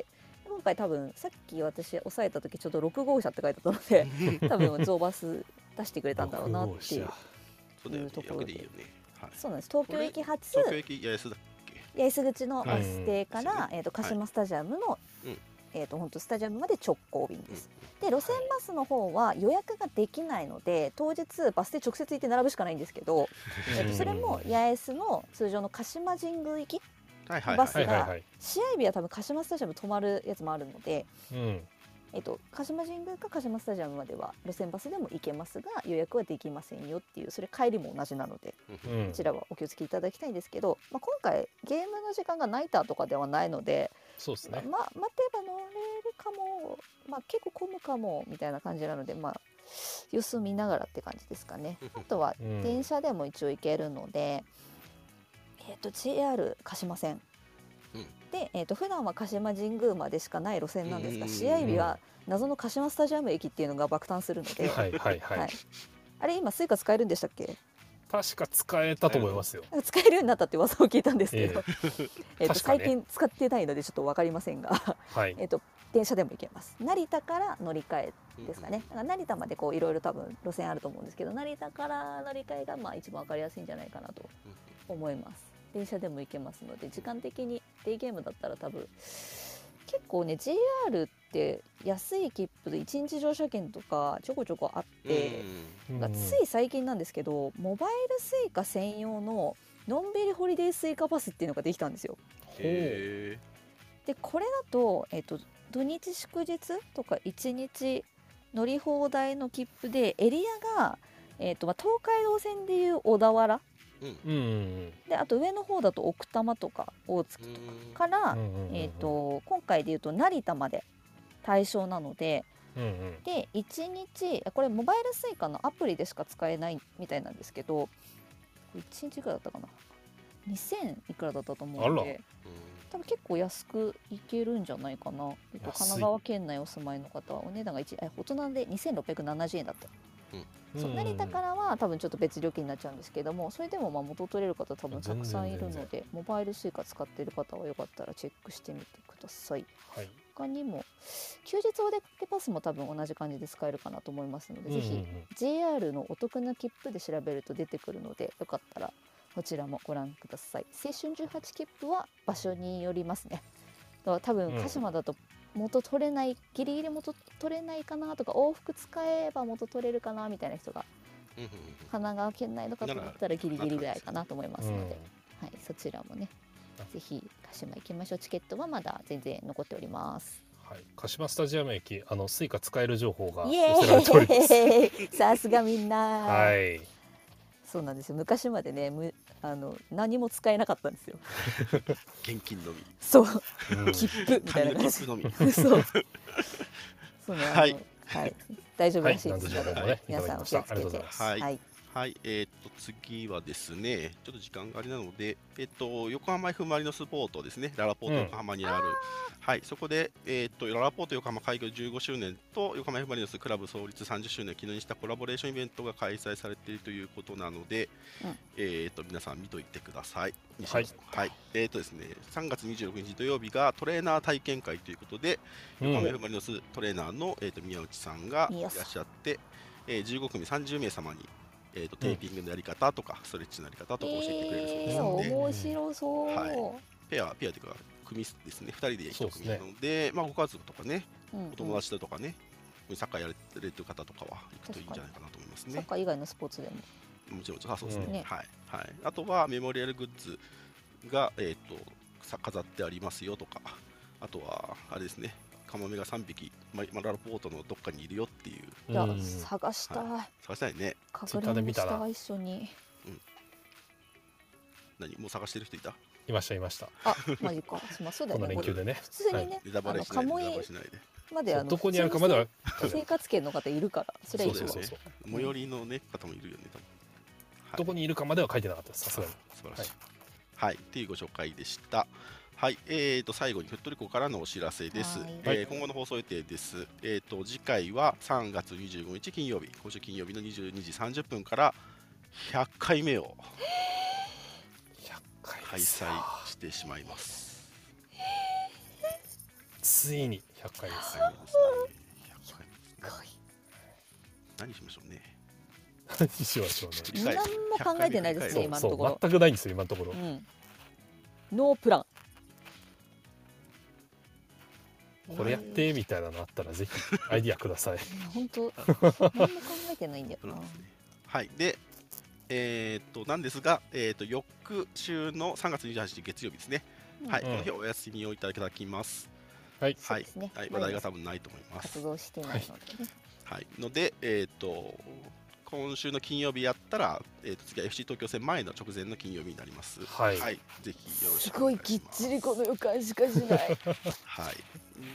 今回多分さっき私押さえた時ちょっと6号車って書いてあったので多分増バス出してくれたんだろうなっていうところで、そうなんです。東京駅発八重洲口のバス停から、鹿島スタジアムの、本当スタジアムまで直行便です。で路線バスの方は予約ができないので当日バス停直接行って並ぶしかないんですけど、それも八重洲の通常の鹿島神宮行きバスが試合日は多分鹿島スタジアム止まるやつもあるので、鹿島神宮か鹿島スタジアムまでは路線バスでも行けますが予約はできませんよっていう、それ帰りも同じなのでこちらはお気をつけいただきたいんですけど、今回ゲームの時間がナイターとかではないので、 そうですね、 待てば乗れるかも、結構混むかもみたいな感じなので、様子を見ながらって感じですかね。あとは電車でも一応行けるので、JR 鹿島線で、普段は鹿島神宮までしかない路線なんですが、試合日は謎の鹿島スタジアム駅っていうのが爆誕するので、あれ今スイカ使えるんでしたっけ？ 確か使えたと思いますよ。 使えるようになったって噂を聞いたんですけど、最近使ってないのでちょっと分かりませんが電車でも行けます。成田から乗り換えですかね。成田までいろいろ多分路線あると思うんですけど、成田から乗り換えが一番分かりやすいんじゃないかなと思います。電車でも行けますので、時間的にデイゲームだったら多分結構ね JR って安い切符で1日乗車券とかちょこちょこあって、つい最近なんですけどモバイルスイカ専用ののんびりホリデースイカバスっていうのができたんですよ。でこれだと、土日祝日とか1日乗り放題の切符でエリアが、東海道線でいう小田原で、あと上の方だと奥多摩とか大月とかから、今回でいうと成田まで対象なので、で1日これモバイルスイカのアプリでしか使えないみたいなんですけど、1日いくらだったかな、2000いくらだったと思うので、多分結構安くいけるんじゃないかな。神奈川県内お住まいの方はお値段が大人で2670円だった。成田からは多分ちょっと別料金になっちゃうんですけども、それでも元取れる方多分たくさんいるので、モバイルスイカ使っている方はよかったらチェックしてみてください。他にも休日お出かけパスも多分同じ感じで使えるかなと思いますので、ぜひ JR のお得な切符で調べると出てくるので、よかったらこちらもご覧ください。青春18切符は場所によりますね。だから多分鹿島だと元取れない、ギリギリ元取れないかなとか、往復使えば元取れるかなみたいな人が神奈川県内の方だったらギリギリぐらいかなと思いますので、そちらもねぜひ鹿島行きましょう。チケットはまだ全然残っております。 はい、鹿島スタジアム駅スイカ使える情報がイエ寄せられております。 ーイさすがみんな。 はい。 そうなんですよ。昔までね何も使えなかったんですよ。 現金のみ。 そう、 うん、 切符みたいな感じ。 のみ。 そうそうね、 はいはい、大丈夫らしいですので、 はい、 皆さんお気をつけて。 はいはい、次はですね、ちょっと時間があれなので、横浜 F ・マリノスポートですね、ララポート横浜にある、はい、そこで、ララポート横浜開業15周年と横浜 F ・マリノスクラブ創立30周年を記念にしたコラボレーションイベントが開催されているということなので、皆さん見といてください。はい、はい、ですね、3月26日土曜日がトレーナー体験会ということで、横浜 F ・マリノストレーナーの、宮内さんがいらっしゃって、15組30名様にテーピングのやり方とかストレッチのやり方とか教えてくれるそうですので、 面白そう、 はい、ペアというか組ですね、2人で1組なので、まあ、ご家族とかね、お友達だとかね、サッカーやれてる方とかは行くといいんじゃないかなと思いますね。 サッカー以外のスポーツでももちろん、そうですね、はいはい。あとはメモリアルグッズが、飾ってありますよとか、あとはあれですね、カモメが3匹ララポートのどっかにいるよっていう。 いや、探したい、 探したいね。 確認したい、一緒に。 何、もう探してる人いた？ いましたあ、マジか。そうだよね。 この連休でね、 普通にね、カモイまでどこにあるかまでは生活圏の方いるから、それはいいです。 最寄りのね方もいるよね、多分。 どこにいるかまでは書いてなかったです、さすがに。 素晴らしい。はい、っていうご紹介でした。はい、最後にフットリコからのお知らせです。今後の放送予定です。次回は3月25日金曜日、今週金曜日の22時30分から100回目を開催してしまいます。 ついに100回です。 何しましょうね。 何しましょうね。 何も考えてないですね、今のところ。 全くないんですよ、今のところ。 ノープラン。 これやってみたいなのあったらぜひアイディアください。 本当何も考えてないんだよな。 はい、で、なんですが、翌週の3月28日月曜日ですね。はい、この日お休みをいただきます。はい、はい、話題が多分ないと思います。 活動してないのでね。 はい、ので、今週の金曜日やったら、次は FC 東京戦前の直前の金曜日になります。はい、ぜひよろしくお願いします。 すごいぎっちりこの予感しかしない。 はい。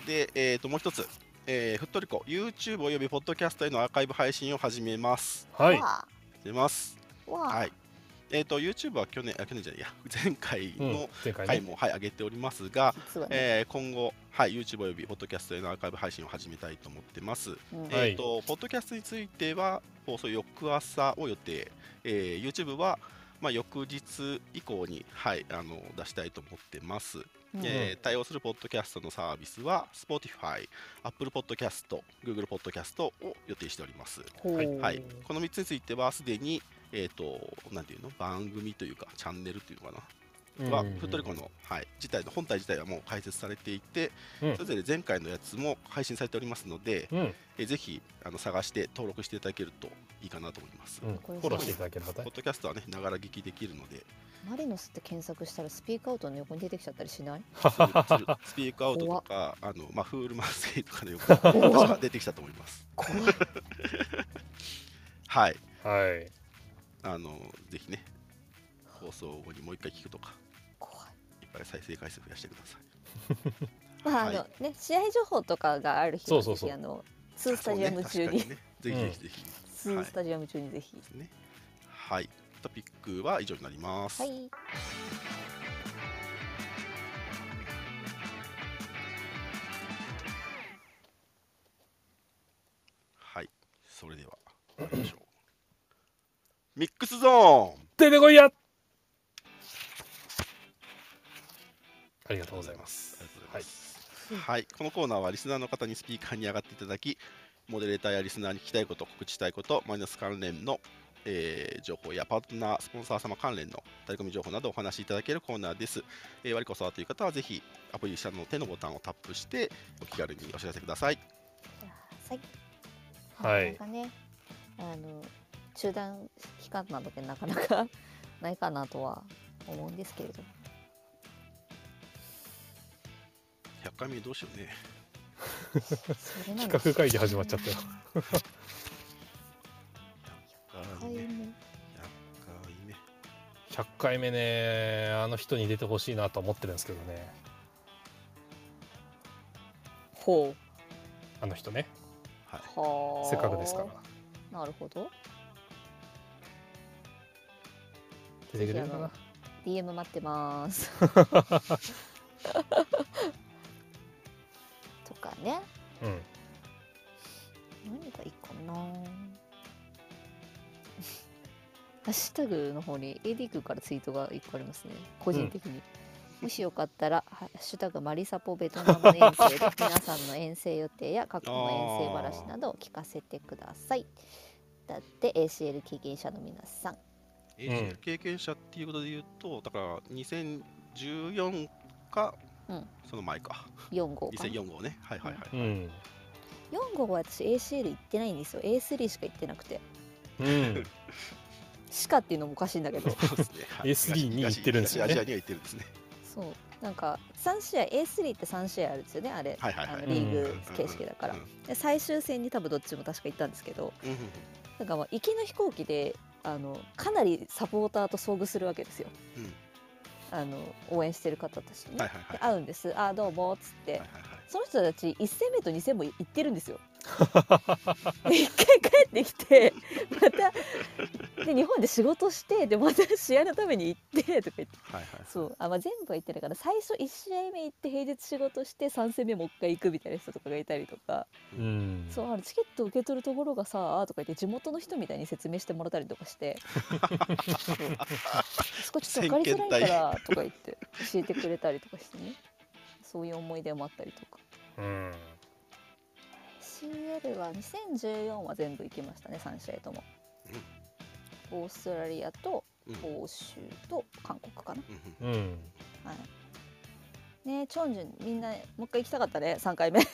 で、もう一つ、フットリコ YouTube およびポッドキャストへのアーカイブ配信を始めます。 はい。 出ます。はい。YouTube は去年じゃないや、前回の回も、上げておりますが、今後、YouTube およびポッドキャストへのアーカイブ配信を始めたいと思ってます。ポッドキャストについては放送翌朝を予定、YouTube は翌日以降に、出したいと思ってます。対応するポッドキャストのサービスは Spotify、Apple Podcast、Google Podcast を予定しております。はい、この3つについてはすでになんていうの、番組というかチャンネルというのかな、はフットリコの、本体自体はもう開設されていて、それぞれ前回のやつも配信されておりますので、ぜひ探して登録していただけるといいかなと思います。 フォローしていただければ。 ポッドキャストはね、ながら聞きできるので。 マリノスって検索したらスピークアウトの横に出てきちゃったりしない？ スピークアウトとかフールマンセイとかの横が出てきたと思います。はい。 はい。 ぜひね、放送後にもう一回聞くとか、いっぱい再生回数増やしてください。 ね、試合情報とかがある日はぜひ2スタジアム中に、 ぜひ2 スタジアム中にぜひ。 はい、トピックは以上になります。はい。はい、それでは参りましょう。ミックスゾーン出てこいや。ありがとうございます。 はい、このコーナーはリスナーの方にスピーカーに上がっていただき、モデレーターやリスナーに聞きたいこと、告知したいこと、マイナス関連の、情報やパートナー、スポンサー様関連のタレコミ情報などお話しいただけるコーナーです。我こそはという方はぜひアプリ下の手のボタンをタップしてお気軽にお知らせください。 はい。中断期間などでなかなかないかなとは思うんですけれども、 100回目どうしようね。 企画会議始まっちゃったよ。100回目ね、あの人に出てほしいなと思ってるんですけどね。 ほう。 あの人ね。 はい。 せっかくですから。 なるほど。 出てくれるかな。 DM 待ってます。とかね。 うん。 何がいいかな。ハッシュタグの方に AD 君からツイートが1個ありますね。個人的に。もしよかったら、ハッシュタグマリサポベトナム遠征で皆さんの遠征予定や過去の遠征話などを聞かせてください。だって ACL 経験者の皆さん。 ACL 経験者っていうことで言うと、だから2014か、その前か。 4号か。 2004号ね。はいはいはい。 4 号は私 ACL 行ってないんですよ。A3 しか行ってなくて。しかっていうのもおかしいんだけど。 A3 に行ってるんですよね。 アジアには行ってるんですね。 そう、なんか3試合 A3 って3試合あるんですよね、あれ、リーグ形式だから。で最終戦に多分どっちも確か行ったんですけど、なんか行きの飛行機でかなりサポーターと遭遇するわけですよ。応援してる方たちに、会うんです。あ、どうもっつって、その人たち1戦目と2戦も行ってるんですよ。で一回帰ってきてまたで日本で仕事してでまた試合のために行ってとか言って、そう全部は行ってないから、最初1試合目行って平日仕事して3戦目もう一回行くみたいな人とかがいたりとか、そうチケット受け取るところがさとか言って地元の人みたいに説明してもらったりとかして少し分かりづらいからとか言って教えてくれたりとかしてね、そういう思い出もあったりとか。CL は2014は全部行きましたね、3試合とも。オーストラリアと欧州と韓国かな。ね、チョンジュンみんなもう一回行きたかったね、3回目。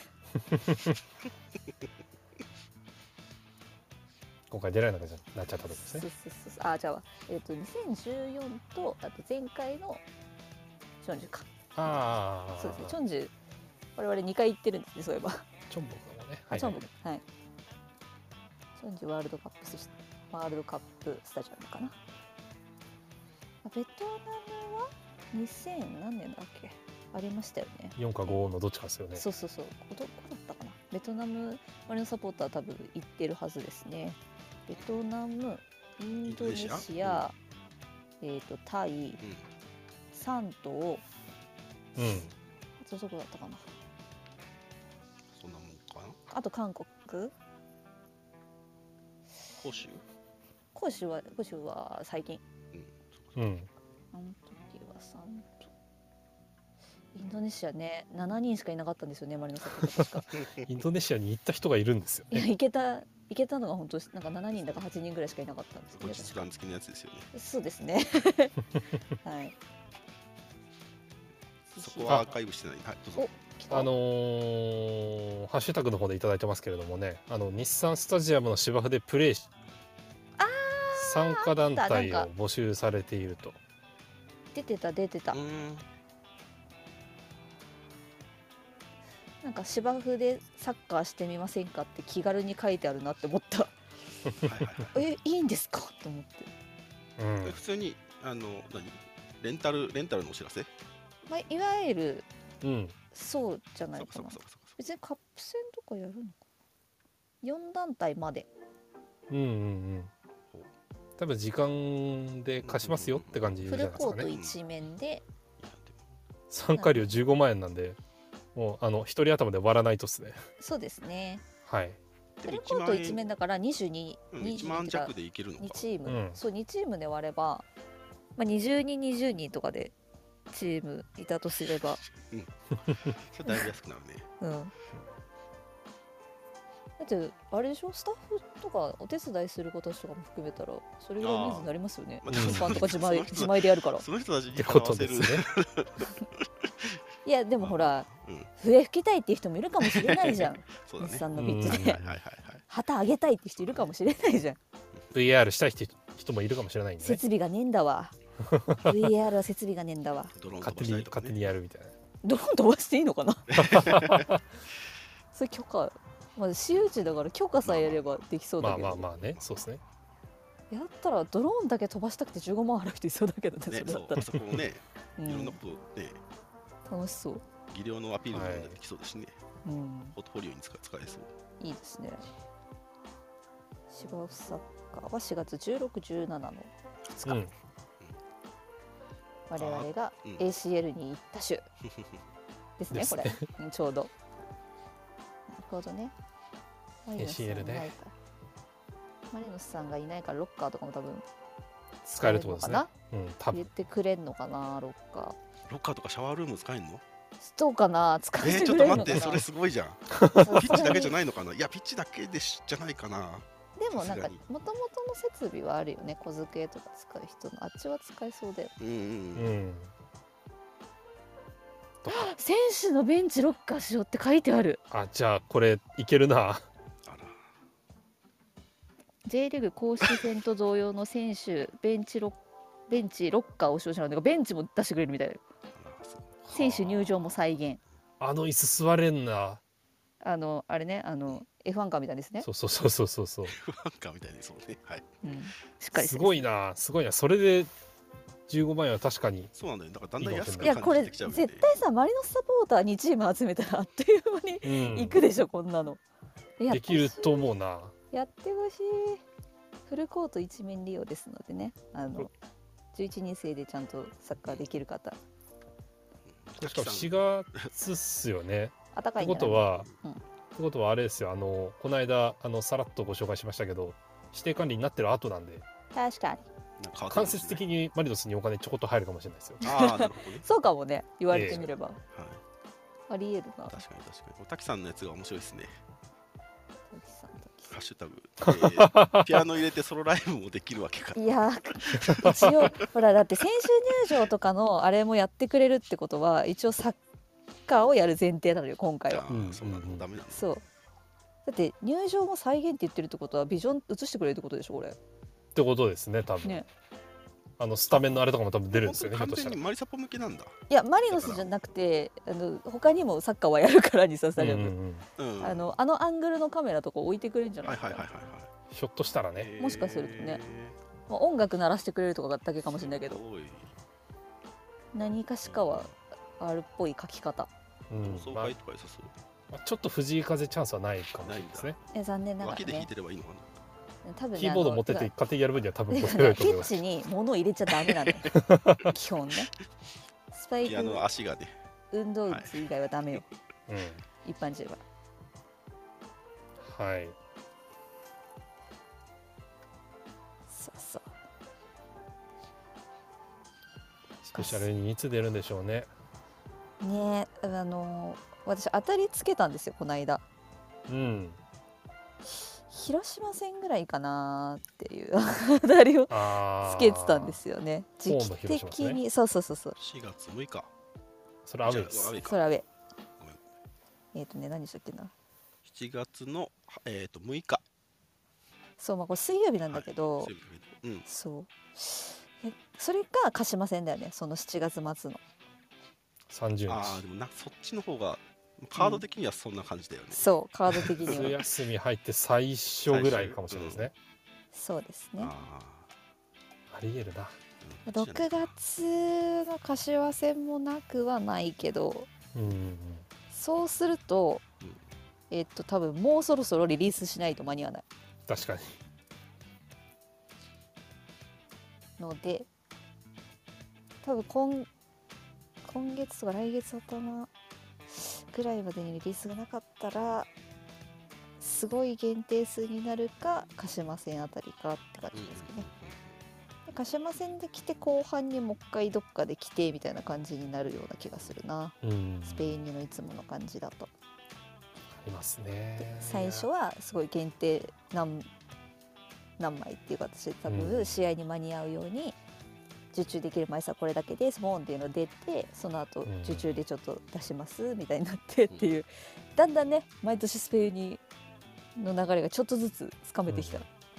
今回出られなくなっちゃったとですね。 あ、じゃあ2014とあと前回のチョンジュか。そうですね、チョンジュ我々2回行ってるんですね、そういえば。 チョンボクもね。 チョンボク、はい。チョンジュワールドカップスタジアムかな。ベトナムは2000何年だっけありましたよね。 4か5のどっちかですよね。 そうどこだったかな。ベトナム我のサポーター多分行ってるはずですね。ベトナム、インドネシア、タイ、山東、あとどこだったかな。 そんなもんかな。 あと韓国、杭州は最近。あの時は3とインドネシアね、7人しかいなかったんですよね、マリノサポーター確か。 インドネシアに行った人がいるんですよね。 いや、行けたのが本当なんか7人だか8人ぐらいしかいなかったんですけど。 実弾付きのやつですよね。 そうですね。はい。 そこはアーカイブしてない。はい、どうぞ。 ハッシュタグの方でいただいてますけれどもね、日産スタジアムの芝生でプレー参加団体を募集されていると。 出てた。なんか芝生でサッカーしてみませんかって気軽に書いてあるなって思った。いいんですかと思って。 普通にレンタルのお知らせ？ いわゆるそうじゃないかな。別にカップ戦とかやるのかな。4団体まで。 多分時間で貸しますよって感じじゃないですかね。 フルコート一面で参加料15万円なんで、もう1人頭で割らないとですね。 そうですね。 はい。 フルコート一面だから22、 1万弱でいけるのか。 2チーム、そう2チームで割れば、20人20人とかでチームいたとすれば、 それだいぶ安くなるね。 だってあれでしょ、スタッフとかお手伝いする子たちとかも含めたらそれぐらいの人数になりますよね。審判とか自前でやるから。 その人たちにってことですね。 いやでもほら、笛吹きたいっていう人もいるかもしれないじゃん。日産のピッチで旗あげたいって人いるかもしれないじゃん。 VR したい人もいるかもしれないんで、ね。 設備がねえんだわ。VR は設備がねえんだわ。 勝手にやるみたいな。 ドローン飛ばしていいのかな。 それ許可、まあ、私有地だから許可さえやればできそうだけど、 まあね、そうですね。 やったらドローンだけ飛ばしたくて15万払う人いそうだけどね、それだったら。 そこもね、 うんいろんなことね、 楽しそう。 技量のアピールもできそうですしね、ポートフォリオに使えそう。 いいですね。芝生サッカーは4月16、17の2日。我々が ACL に行った週ですね、これ。ちょうど。なるほどね。 ACL ね。 マリノスさんがいないからロッカーとかも多分使えるってことですね。 入れてくれんのかな、ロッカー。 ロッカーとかシャワールーム使えんの？ そうかな、使えてちょっと待って、それすごいじゃん。ピッチだけじゃないのかな？いや、ピッチだけじゃないかな。 でもなんかもともとの設備はあるよね。小机とか使う人のあっちは使えそうだよ。選手のベンチロッカーしようって書いてある。 あ、じゃあこれいけるな。 J リーグ公式戦と同様の選手ベンチロッカーを使用しないのでベンチも出してくれるみたいだよ。選手入場も再現。 あの椅子座れんな。 あれね、F1 カーみたいですね。 そう。 F1 カーみたいですもんね。はい。 しっかりすごいな。それで15万円は確かに。 そうなんだよ。だからだんだん安くいや、これ絶対さ、マリノスサポーター2チーム集めたらあっという間に行くでしょ、こんなの。 できると思うな。 やってほしい。フルコート一面利用ですのでね、11人制でちゃんとサッカーできる方。 しかも4月っすよね。 暖かいんだってことはあれですよ。この間さらっとご紹介しましたけど、指定管理になってる後なんで。 確かに。 間接的にマリノスにお金ちょこっと入るかもしれないですよ。 そうかもね、言われてみれば。ありえるな。 確かに。滝さんのやつが面白いですね。ハッシュタグ、ピアノ入れてソロライブもできるわけか。 いや一応ほらだって選手入場とかのあれもやってくれるってことは一応サッカーをやる前提なのよ今回は。そうだって入場も再現って言ってるってことはビジョン映してくれるってことでしょこれ。 ってことですね多分。ね。スタメンのあれとかも多分出るんですよね。 完全にマリサポ向けなんだ。 いやマリノスじゃなくて他にもサッカーはやるからにさされる。あのアングルのカメラとか置いてくれるんじゃないかな。 ひょっとしたらね。 もしかするとね。音楽鳴らしてくれるとかだけかもしれないけど。何かしかはあるっぽい書き方。 ちょっと藤井風チャンスはないかもしれないですね。 残念ながらね。 脇で弾いてればいいのかな。 多分ね、 キーボード持ってて勝手にやる分には多分持てないと思います。 ピッチに物を入れちゃダメなんだよ基本ね。スパイクの足がね運動靴以外はダメよ、一般人は。 はい。 そうスペシャルにいつ出るんでしょうね。 ねえ、私当たりつけたんですよこの間。広島戦ぐらいかなっていう当たりをつけてたんですよね。時期的に。そう 4月6日。 それアウェイです。 それアウェイ。何でしたっけな。 7月の6日。 そう、まあこれ水曜日なんだけど、そうそれが鹿島戦だよね。その7月末の 30日。 ああ、でもそっちの方がカード的にはそんな感じだよね。 そうカード的には夏休み入って最初ぐらいかもしれないですね。 そうですね。 ありえるな。 6月の柏戦もなくはないけど、そうすると多分もうそろそろリリースしないと間に合わない。 確かに。 ので多分今月とか来月頭ぐらいまでにリリースがなかったらすごい限定数になるか鹿島戦あたりかって感じですかね。鹿島戦で来て後半にもう一回どっかで来てみたいな感じになるような気がするな。スペインのいつもの感じだと。 ありますね。 最初はすごい限定何枚っていう形で多分試合に間に合うように受注できる枚数はこれだけですもんっていうの出て、その後受注でちょっと出しますみたいになってっていう、だんだんね毎年スペインの流れがちょっとずつつかめてきた。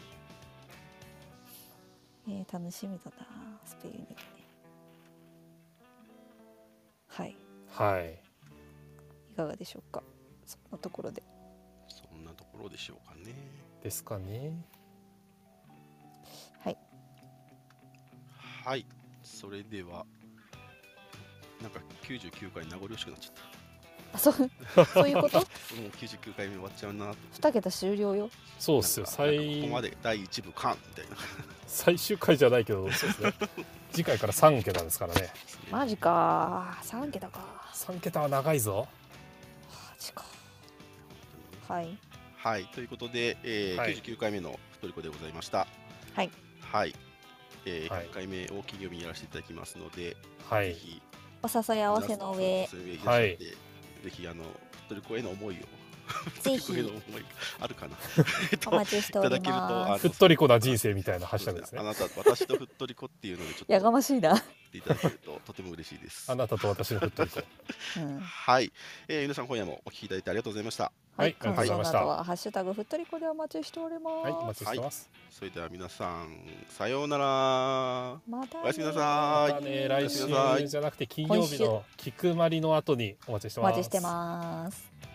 楽しみだなスペインに。はいはい。 いかがでしょうか。 そんなところで。 そんなところでしょうかね。 ですかね。 はい。 はい。それではなんか99回名残惜しくなっちゃった。 あ、そういうこと？ もう99回目終わっちゃうな。 2桁終了よ。 そうっすよ。 ここまで第1部完みたいな。 最終回じゃないけど、そうですね。次回から3桁ですからね。 マジかー、3桁か。 3桁は長いぞ。 マジか。はい。 はい、ということで、 はい、 99回目の太り子でございました。 はい。 はい。 はい 100回目を金曜日にやらせていただきますので、 はいぜひお誘い合わせの上、 はい、ぜひ太り子への思いをぜひへの思いあるかなお待ちしております。 ふっとりこな人生みたいなハッシュタグですね。 あなた、私とふっとりこっていうのでちょっとやがましいな。 っていただけるととても嬉しいです。 あなたと私のふっとりこ。 はい、皆さん今夜もお聞きいただいてありがとうございました。 はい、感想などはハッシュタグふっとりこでお待ちしております。 はい、お待ちしてます。 それでは皆さんさようなら。 またね。 おやすみなさい。 またね。来週じゃなくて金曜日の菊まりの後にお待ちしてます。 お待ちしてます。